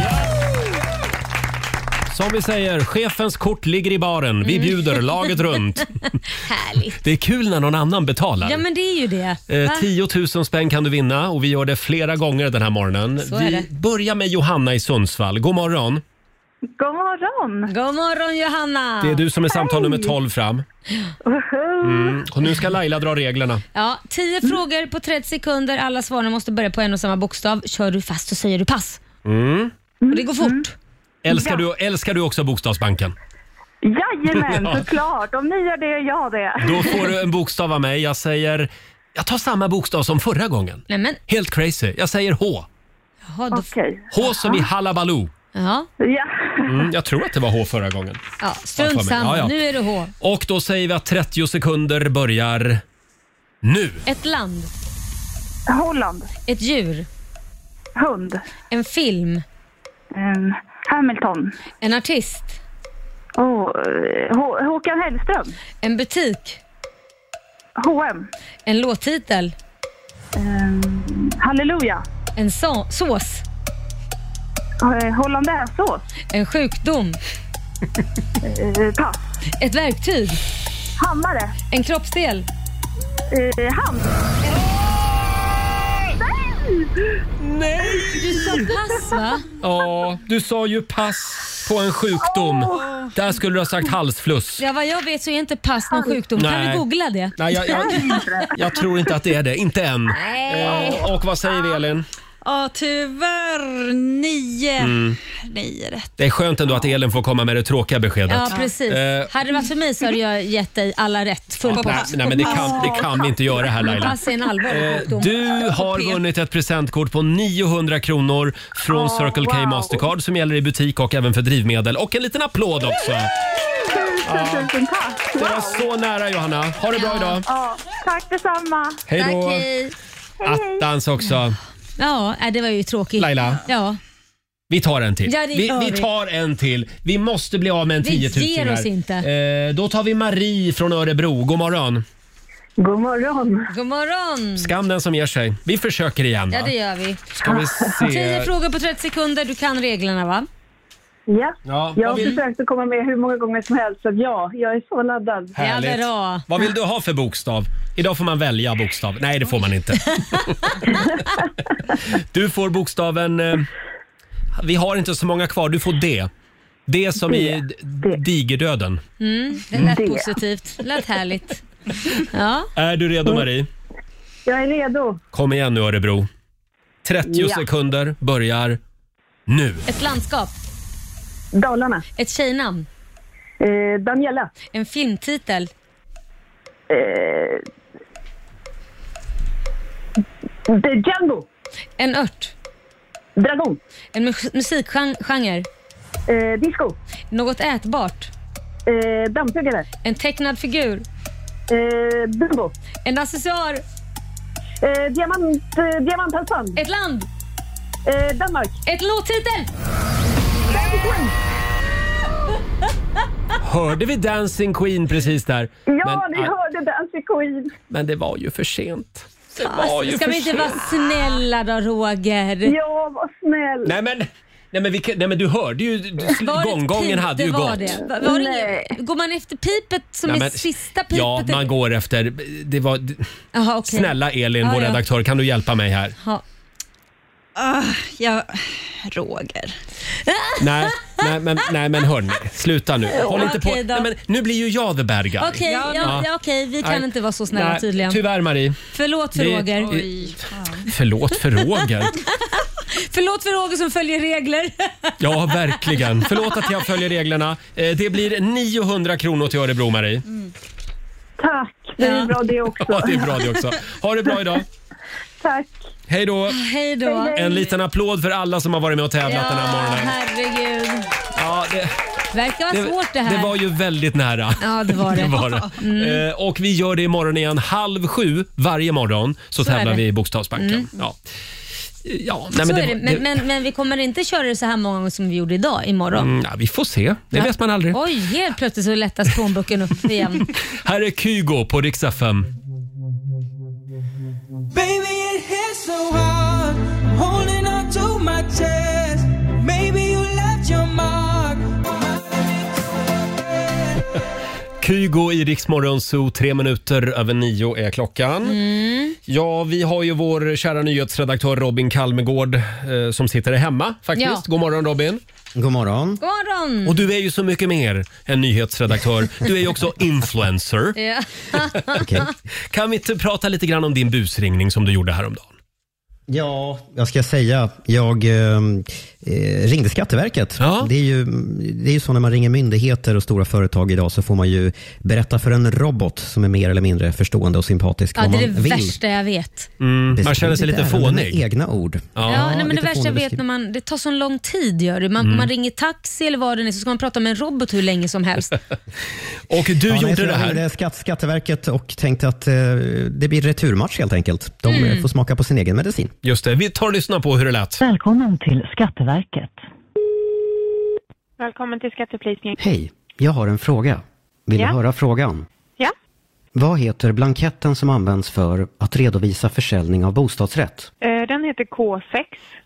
Som vi säger, chefens kort ligger i baren. Vi bjuder laget runt. Härligt. Det är kul när någon annan betalar. Ja, men det är ju det. 10 000 spänn kan du vinna och vi gör det flera gånger den här morgonen. Så är det. Vi börjar med Johanna i Sundsvall. God morgon. God morgon. God morgon, Johanna. Det är du som är samtal nummer 12 fram. Och nu ska Laila dra reglerna. Ja, 10 frågor på 30 sekunder. Alla svaren måste börja på en och samma bokstav. Kör du fast så säger du pass. Och det går fort. Älskar du också Bokstavsbanken? Jajamän, såklart. Om ni gör det, gör jag det. Då får du en bokstav av mig. Jag tar samma bokstav som förra gången. Nämen. Helt crazy. Jag säger H. Jaha, H som i Hallabaloo. Ja. Jag tror att det var H förra gången. Ja, strunt samma. Ja. Nu är det H. Och då säger vi att 30 sekunder börjar nu. Ett land. Holland. Ett djur. Hund. En film. Hamilton. En artist. Håkan Hellström. En butik. H&M. En låttitel. Halleluja. En sås. Hollandaisesås. En sjukdom. Pass. Ett verktyg. Hammare. En kroppsdel. Hand. Nej! Du sa pass, va? Ja, du sa ju pass på en sjukdom. Där skulle du ha sagt halsfluss. Ja, vad jag vet så är inte pass någon sjukdom. Nej. Kan vi googla det? Nej, jag tror inte att det är det. Inte än. Och vad säger vi, Elin? Ja, tyvärr 9 rätt. Det är skönt ändå att Elin får komma med det tråkiga beskedet. Ja, precis. Hade det varit för mig så hade jag gett dig alla rätt. Full pott. Nej, men det kan vi inte göra här, Laila. Pass är en allvarlig sjukdom. Du har vunnit ett presentkort på 900 kronor från Circle K Mastercard som gäller i butik och även för drivmedel. Och en liten applåd också. Tusen tack. Det var så nära, Johanna. Ha det bra idag. Ja, tack detsamma. Hej då. Attans också. Ja, det var ju tråkigt. Laila. Ja. Vi tar en till. Ja, vi tar en till. Vi måste bli av med en 10 000 här. Vi ger oss inte. Då tar vi Marie från Örebro. God morgon. God morgon. God morgon. Skam den som ger sig. Vi försöker igen, va? Ja, det gör vi. Ska vi se. 10 frågor på 30 sekunder. Du kan reglerna, va? Ja, jag har försökt att komma med hur många gånger som helst. Så jag är så laddad. Härligt. Ja, vad vill du ha för bokstav? Idag får man välja bokstav. Nej, det får man inte. Du får bokstaven... vi har inte så många kvar. Du får D. D som i digerdöden. Det lät positivt. Det lät härligt. Ja. Är du redo, Marie? Jag är redo. Kom igen nu, Örebro. 30 sekunder börjar nu. Ett landskap. Dalarna. Ett tjejnamn. Daniela. En filmtitel. Django. En ört. Dragon. En musikgenre. Disco. Något ätbart. Dammsugare. En tecknad figur. Dumbo. En accessoar. Diamanthalsband. Ett land. Danmark. Ett låttitel. Hörde vi Dancing Queen precis där? Ja, ni hörde Dancing Queen. Men det var ju för sent. Ska vi inte vara snälla då, Roger? Ja, var snäll. Nej men du hörde ju gången hade ju gått. Går man efter pipet som är sista pipet? Ja, man går efter. Det var Aha, okay. Snälla Elin, vår redaktör, kan du hjälpa mig här? Roger. Nej men hörni, sluta nu. Håll inte på. Nej, men nu blir ju jag the bad guy. Okej, vi kan inte vara så snälla tydligen. Tyvärr, Marie. Förlåt för Roger. Förlåt för Roger. Förlåt för Roger som följer regler. Ja, verkligen. Förlåt att jag följer reglerna. Det blir 900 kronor till Örebro, Marie. Tack, det är bra det också. Ja, det är bra det också. Ha det bra idag. Tack. Hej då. Hej då. En liten applåd för alla som har varit med och tävlat den här morgonen. Herregud. Ja, det verkar vara svårt det här. Det var ju väldigt nära. Ja, det var det. Och vi gör det imorgon igen 6:30 varje morgon. Så tävlar vi i Bokstavsbanken. Men vi kommer inte köra det så här många gånger som vi gjorde idag imorgon. Vi får se. Det vet man aldrig. Oj, helt plötsligt så lättas plånboken upp igen. Här är Kygo på Rix FM. Baby, it hits so hard. I'm holding on to my chest. Maybe you left your mark. Kygo i Rix Morgon Zoo, 9:03 är klockan. Ja, vi har ju vår kära nyhetsredaktör Robin Kalmegård som sitter hemma faktiskt. Ja. God morgon Robin. God morgon. God morgon. Och du är ju så mycket mer än nyhetsredaktör. Du är ju också influencer. Ja. Okay. Kan vi inte prata lite grann om din busringning som du gjorde häromdagen? Ja, jag ska säga, jag ringde Skatteverket. Ja. Det är ju så när man ringer myndigheter och stora företag idag, så får man ju berätta för en robot som är mer eller mindre förstående och sympatisk. Ja, det är det värsta jag vet. Man känner sig lite fånig. Med egna ord. Ja, men det värsta jag vet när det tar så lång tid. Man ringer taxi eller vad det är, så ska man prata med en robot hur länge som helst. Och du gjorde det här. Jag ringde Skatteverket och tänkte att det blir returmatch helt enkelt. De får smaka på sin egen medicin. Just det, vi tar och lyssnar på hur det lät. Välkommen till Skatteverket. Välkommen till Skatteupplysning. Hej, jag har en fråga. Vill du höra frågan? Ja. Vad heter blanketten som används för att redovisa försäljning av bostadsrätt? Den heter K6.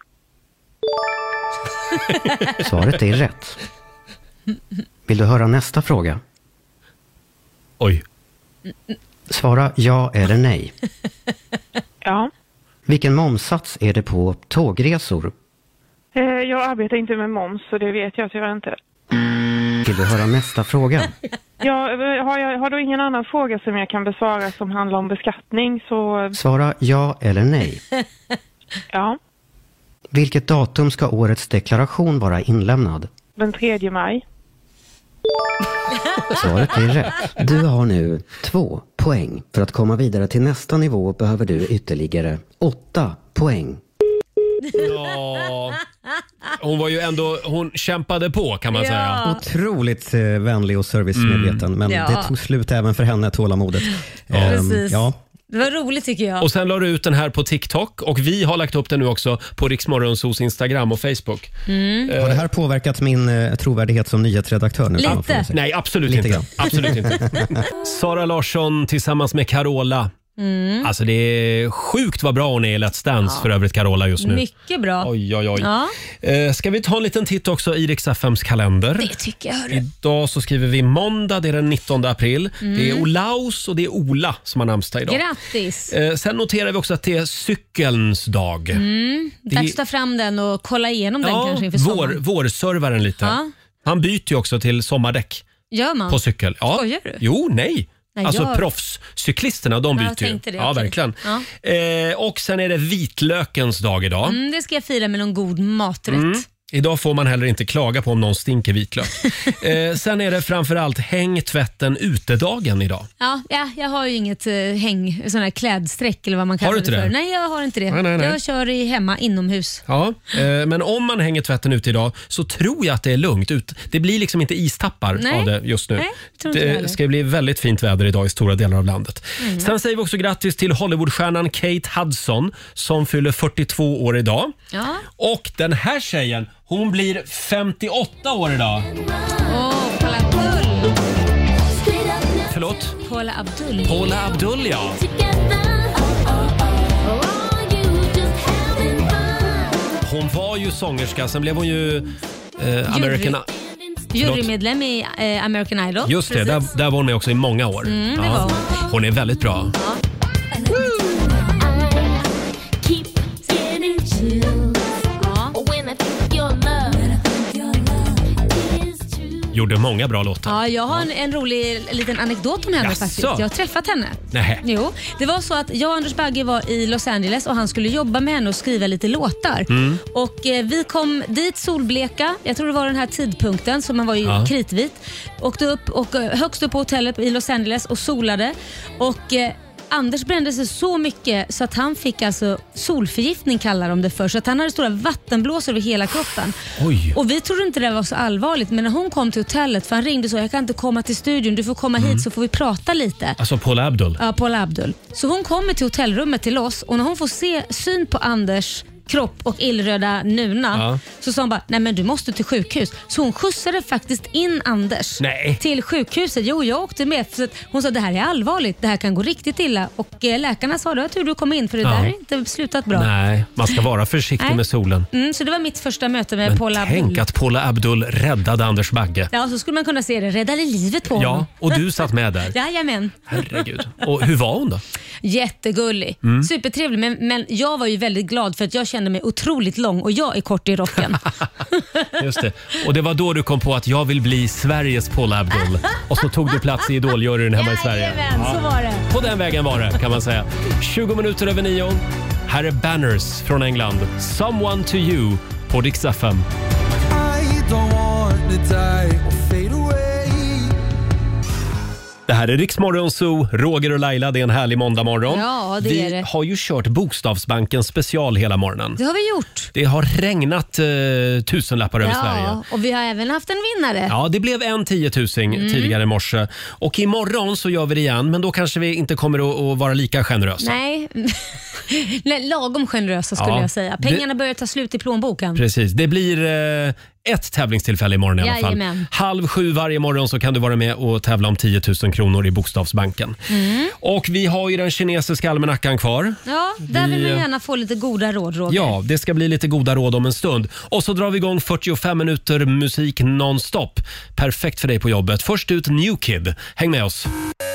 Svaret är rätt. Vill du höra nästa fråga? Oj. Svara ja eller nej. Ja. Vilken momssats är det på tågresor? Jag arbetar inte med moms, så det vet jag tyvärr inte. Vill du höra nästa fråga? Har du ingen annan fråga som jag kan besvara som handlar om beskattning, så... Svara ja eller nej. Ja. Vilket datum ska årets deklaration vara inlämnad? Den 3 maj. Svaret är rätt. Du har nu 2 poäng. För att komma vidare till nästa nivå behöver du ytterligare 8 poäng. Ja. Hon var ju ändå, hon kämpade på kan man säga. Otroligt vänlig och servicemedveten. Men det tog slut även för henne, tålamodet. Precis. Det var roligt tycker jag. Och sen la du ut den här på TikTok och vi har lagt upp den nu också på Rix Morgonzoos Instagram och Facebook. Har det här påverkat min trovärdighet som nyhetsredaktör nu? Lite. Nej, absolut inte. Absolut inte. Sara Larsson tillsammans med Carola. Alltså det är sjukt vad bra hon är i Let's Dance för övrigt, Carola, just nu. Mycket bra. Oj. Ja. Ska vi ta en liten titt också i Rix FMs kalender? Det tycker jag. Hörru. Idag så skriver vi måndag, det är den 19 april. Det är Olaus och det är Ola som har namnsdag idag. Grattis. Sen noterar vi också att det är cykelns dag. Dags att ta fram den och kolla igenom den kanske inför sommaren. Vårservaren lite. Ja. Han byter ju också till sommardäck. Gör man? På cykel. Ja. Skojar du? Jo, nej. Alltså proffscyklisterna, de byter ju. Det, ja, verkligen. Ja. Och sen är det vitlökens dag idag. Det ska jag fira med någon god maträtt. Idag får man heller inte klaga på om någon stinker vitlök. Sen är det framförallt häng tvätten utedagen idag. Ja, jag har ju inget sån här klädsträck eller vad man kallar det för. Nej, jag har inte det. Nej. Jag kör hemma inomhus. Ja, men om man hänger tvätten ute idag så tror jag att det är lugnt. Det blir liksom inte istappar av det just nu. Nej, det ska bli väldigt fint väder idag i stora delar av landet. Sen säger vi också grattis till Hollywoodstjärnan Kate Hudson som fyller 42 år idag. Ja. Och den här tjejen, hon blir 58 år idag. Kolla pull. för låt? Paula Abdul. Paula Abdul, ja. Hon var ju sångerska, sen blev hon ju jurymedlem i American Idol. Just det, där var hon med också i många år. Det var hon. Hon är väldigt bra. Gjorde många bra låtar. Ja, jag har en rolig liten anekdot om henne faktiskt. Jag har träffat henne. Nej. Jo, det var så att jag och Anders Bagge var i Los Angeles och han skulle jobba med henne och skriva lite låtar. Och vi kom dit solbleka. Jag tror det var den här tidpunkten som man var ju kritvit. Åkte upp och högst upp på hotellet i Los Angeles och solade. Och Anders brände sig så mycket så att han fick alltså solförgiftning, kallar de det för. Så att han hade stora vattenblåsor över hela kroppen. Oj. Och vi trodde inte det var så allvarligt. Men när hon kom till hotellet, för han ringde så, jag kan inte komma till studion, du får komma hit så får vi prata lite. Alltså Paula Abdul? Ja, Paula Abdul. Så hon kommer till hotellrummet till oss och när hon får se syn på Anders kropp och illröda nuna så sa hon bara, nej men du måste till sjukhus. Så hon skjutsade faktiskt in Anders till sjukhuset. Jo, jag åkte med. För hon sa, det här är allvarligt, det här kan gå riktigt illa. Och läkarna sa, det var tur du kom in för det där är inte slutat bra. Nej, man ska vara försiktig med solen. Så det var mitt första möte med Paula Abdul. Tänk att Paula Abdul räddade Anders Bagge. Ja, så skulle man kunna se det. Räddade livet på honom. Ja, och du satt med där. Jajamän. Herregud. Och hur var hon då? Jättegullig. Supertrevlig. Men jag var ju väldigt glad för att jag kände mig otroligt lång och jag är kort i rocken. Just det. Och det var då du kom på att jag vill bli Sveriges Paula Abdul. Och så tog du plats i Idoljuryn hemma i Sverige. Jajamän, så var det. På den vägen var det, kan man säga. 20 minuter över 9. Här är Banners från England. Someone to you på Dix FM. I don't want to die or fade away. Det här är Rix Morgon Zoo, Roger och Laila. Det är en härlig måndagmorgon. Ja, det är det. Vi har ju kört Bokstavsbanken special hela morgonen. Det har vi gjort. Det har regnat tusenlappar över Sverige. Ja, och vi har även haft en vinnare. Ja, det blev en 10 000 tidigare i morse. Och imorgon så gör vi det igen, men då kanske vi inte kommer att vara lika generösa. Nej, lagom generösa skulle jag säga. Pengarna börjar ta slut i plånboken. Precis, det blir ett tävlingstillfälle imorgon i alla fall. Jajamän. 6:30 varje morgon så kan du vara med och tävla om 10 000 kronor i Bokstavsbanken. Och vi har ju den kinesiska almanackan kvar. Ja, där vill man gärna få lite goda råd, Roger. Ja, det ska bli lite goda råd om en stund. Och så drar vi igång 45 minuter musik nonstop. Perfekt för dig på jobbet. Först ut New Kid. Häng med oss.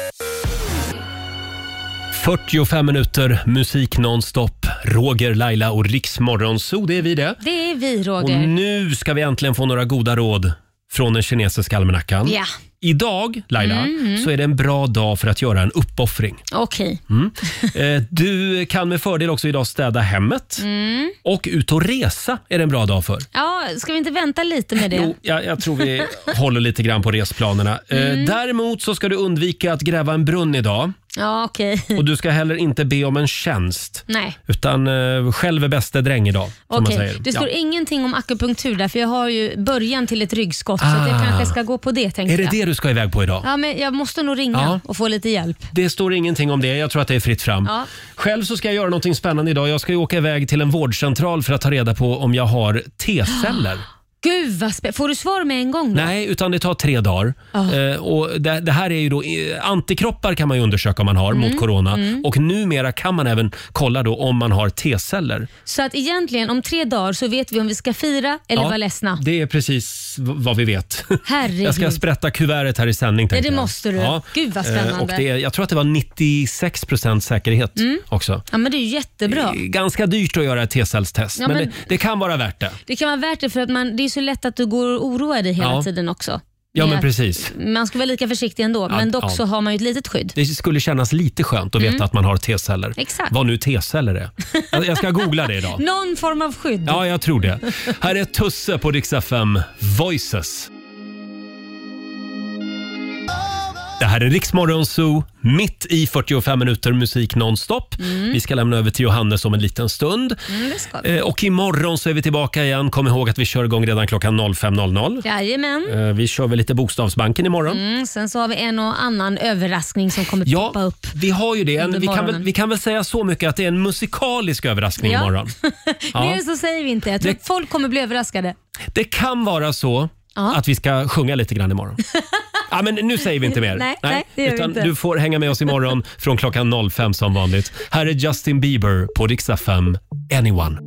45 minuter musik nonstop. Roger, Laila och Rix Morgon Zoo, det är vi det. Det är vi, Roger. Och nu ska vi äntligen få några goda råd från den kinesiska almanackan. Ja. Idag, Laila, så är det en bra dag för att göra en uppoffring. Okej. Du kan med fördel också idag städa hemmet. Och ut och resa är det en bra dag för. Ja, ska vi inte vänta lite med det? Jo, jag tror vi håller lite grann på resplanerna. Däremot så ska du undvika att gräva en brunn idag. Ja, okej. Och du ska heller inte be om en tjänst. Nej. Utan själv är bäste dräng idag, som man säger. Det står ingenting om akupunktur där, för jag har ju början till ett ryggskott. Så att jag kanske ska gå på det, tänkte jag. Är det det du ska iväg på idag? Ja, men jag måste nog ringa och få lite hjälp. Det står ingenting om det. Jag tror att det är fritt fram. Ja. Själv så ska jag göra någonting spännande idag. Jag ska ju åka iväg till en vårdcentral för att ta reda på om jag har T-celler. Gud vad får du svar med en gång då? Nej, utan det tar 3 dagar. Och det här är ju då antikroppar kan man ju undersöka om man har mot corona. Och numera kan man även kolla då om man har T-celler. Så att egentligen om 3 dagar så vet vi om vi ska fira eller vara ledsna. Det är precis vad vi vet. Herregud. Jag ska sprätta kuvertet här i sändning. Ja, det måste du. Ja. Gud vad spännande. Och jag tror att det var 96% säkerhet också. Ja, men det är ju jättebra. Ganska dyrt att göra ett T-cellstest. Ja, men det kan vara värt det. Det kan vara värt det för att det är så lätt att du går och oroar dig hela tiden också. Ja, men precis. Man ska vara lika försiktig ändå, men dock så har man ju ett litet skydd. Det skulle kännas lite skönt att veta att man har T-celler. Exakt. Vad nu T-celler är. Jag ska googla det idag. Någon form av skydd. Ja, jag tror det. Här är Tusse på Dix FM, Voices. Det här är Rix Morgon Zoo, mitt i 45 minuter musik nonstop. Vi ska lämna över till Johannes om en liten stund. Det ska vi. Och imorgon så är vi tillbaka igen. Kom ihåg att vi kör igång redan klockan 05.00. Jajamän. Vi kör väl lite Bokstavsbanken imorgon. Sen så har vi en och annan överraskning som kommer poppa upp. Vi har ju det. Vi kan väl säga så mycket att det är en musikalisk överraskning imorgon. Mer så säger vi inte. Jag tror att folk kommer bli överraskade. Det kan vara så att vi ska sjunga lite grann imorgon. Ja, men nu säger vi inte mer. Nej, det gör vi inte. Du får hänga med oss imorgon från klockan 05 som vanligt. Här är Justin Bieber på Rix FM. Anyone.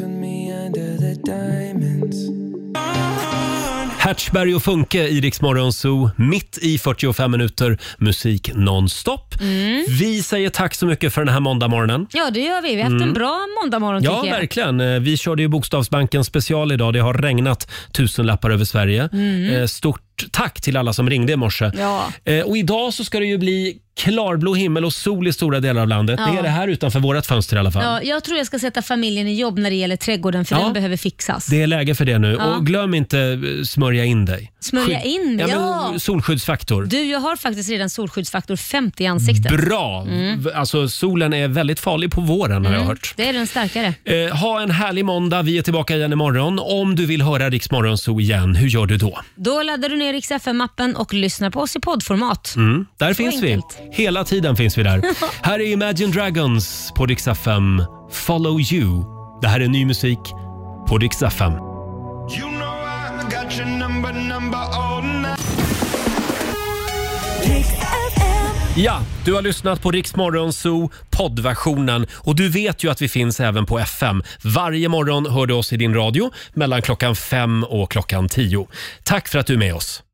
Hertzberg och Funke i Rix Morgon Zoo, mitt i 45 minuter musik nonstop. Vi säger tack så mycket för den här måndagmorgonen. Ja, det gör vi. Vi har haft en bra måndagmorgon tycker jag. Ja, verkligen. Vi körde ju Bokstavsbanken special idag. Det har regnat 1000-lappar över Sverige. Stort tack till alla som ringde i morse. Ja. Och idag så ska det ju bli klarblå himmel och sol i stora delar av landet. Ja. Det är det här utanför vårat fönster i alla fall. Ja, jag tror jag ska sätta familjen i jobb när det gäller trädgården för den behöver fixas. Det är läge för det nu. Ja. Och glöm inte smörja in dig. Smörja in? Ja. Men solskyddsfaktor. Du, jag har faktiskt redan solskyddsfaktor 50 i ansiktet. Bra! Alltså solen är väldigt farlig på våren har jag hört. Det är den starkare. Ha en härlig måndag. Vi är tillbaka igen imorgon. Om du vill höra Rix Morgon Zoo igen, hur gör du då? Då laddar du ner Rix FM-appen och lyssnar på oss i poddformat. Där Så finns enkelt. vi. Hela tiden finns vi där. Här är Imagine Dragons på Rix FM. Follow You. Det här är ny musik på Rix FM. Ja, du har lyssnat på Rix Morgon Zoo poddversionen och du vet ju att vi finns även på FM. Varje morgon hör du oss i din radio mellan klockan 5 och klockan 10. Tack för att du är med oss.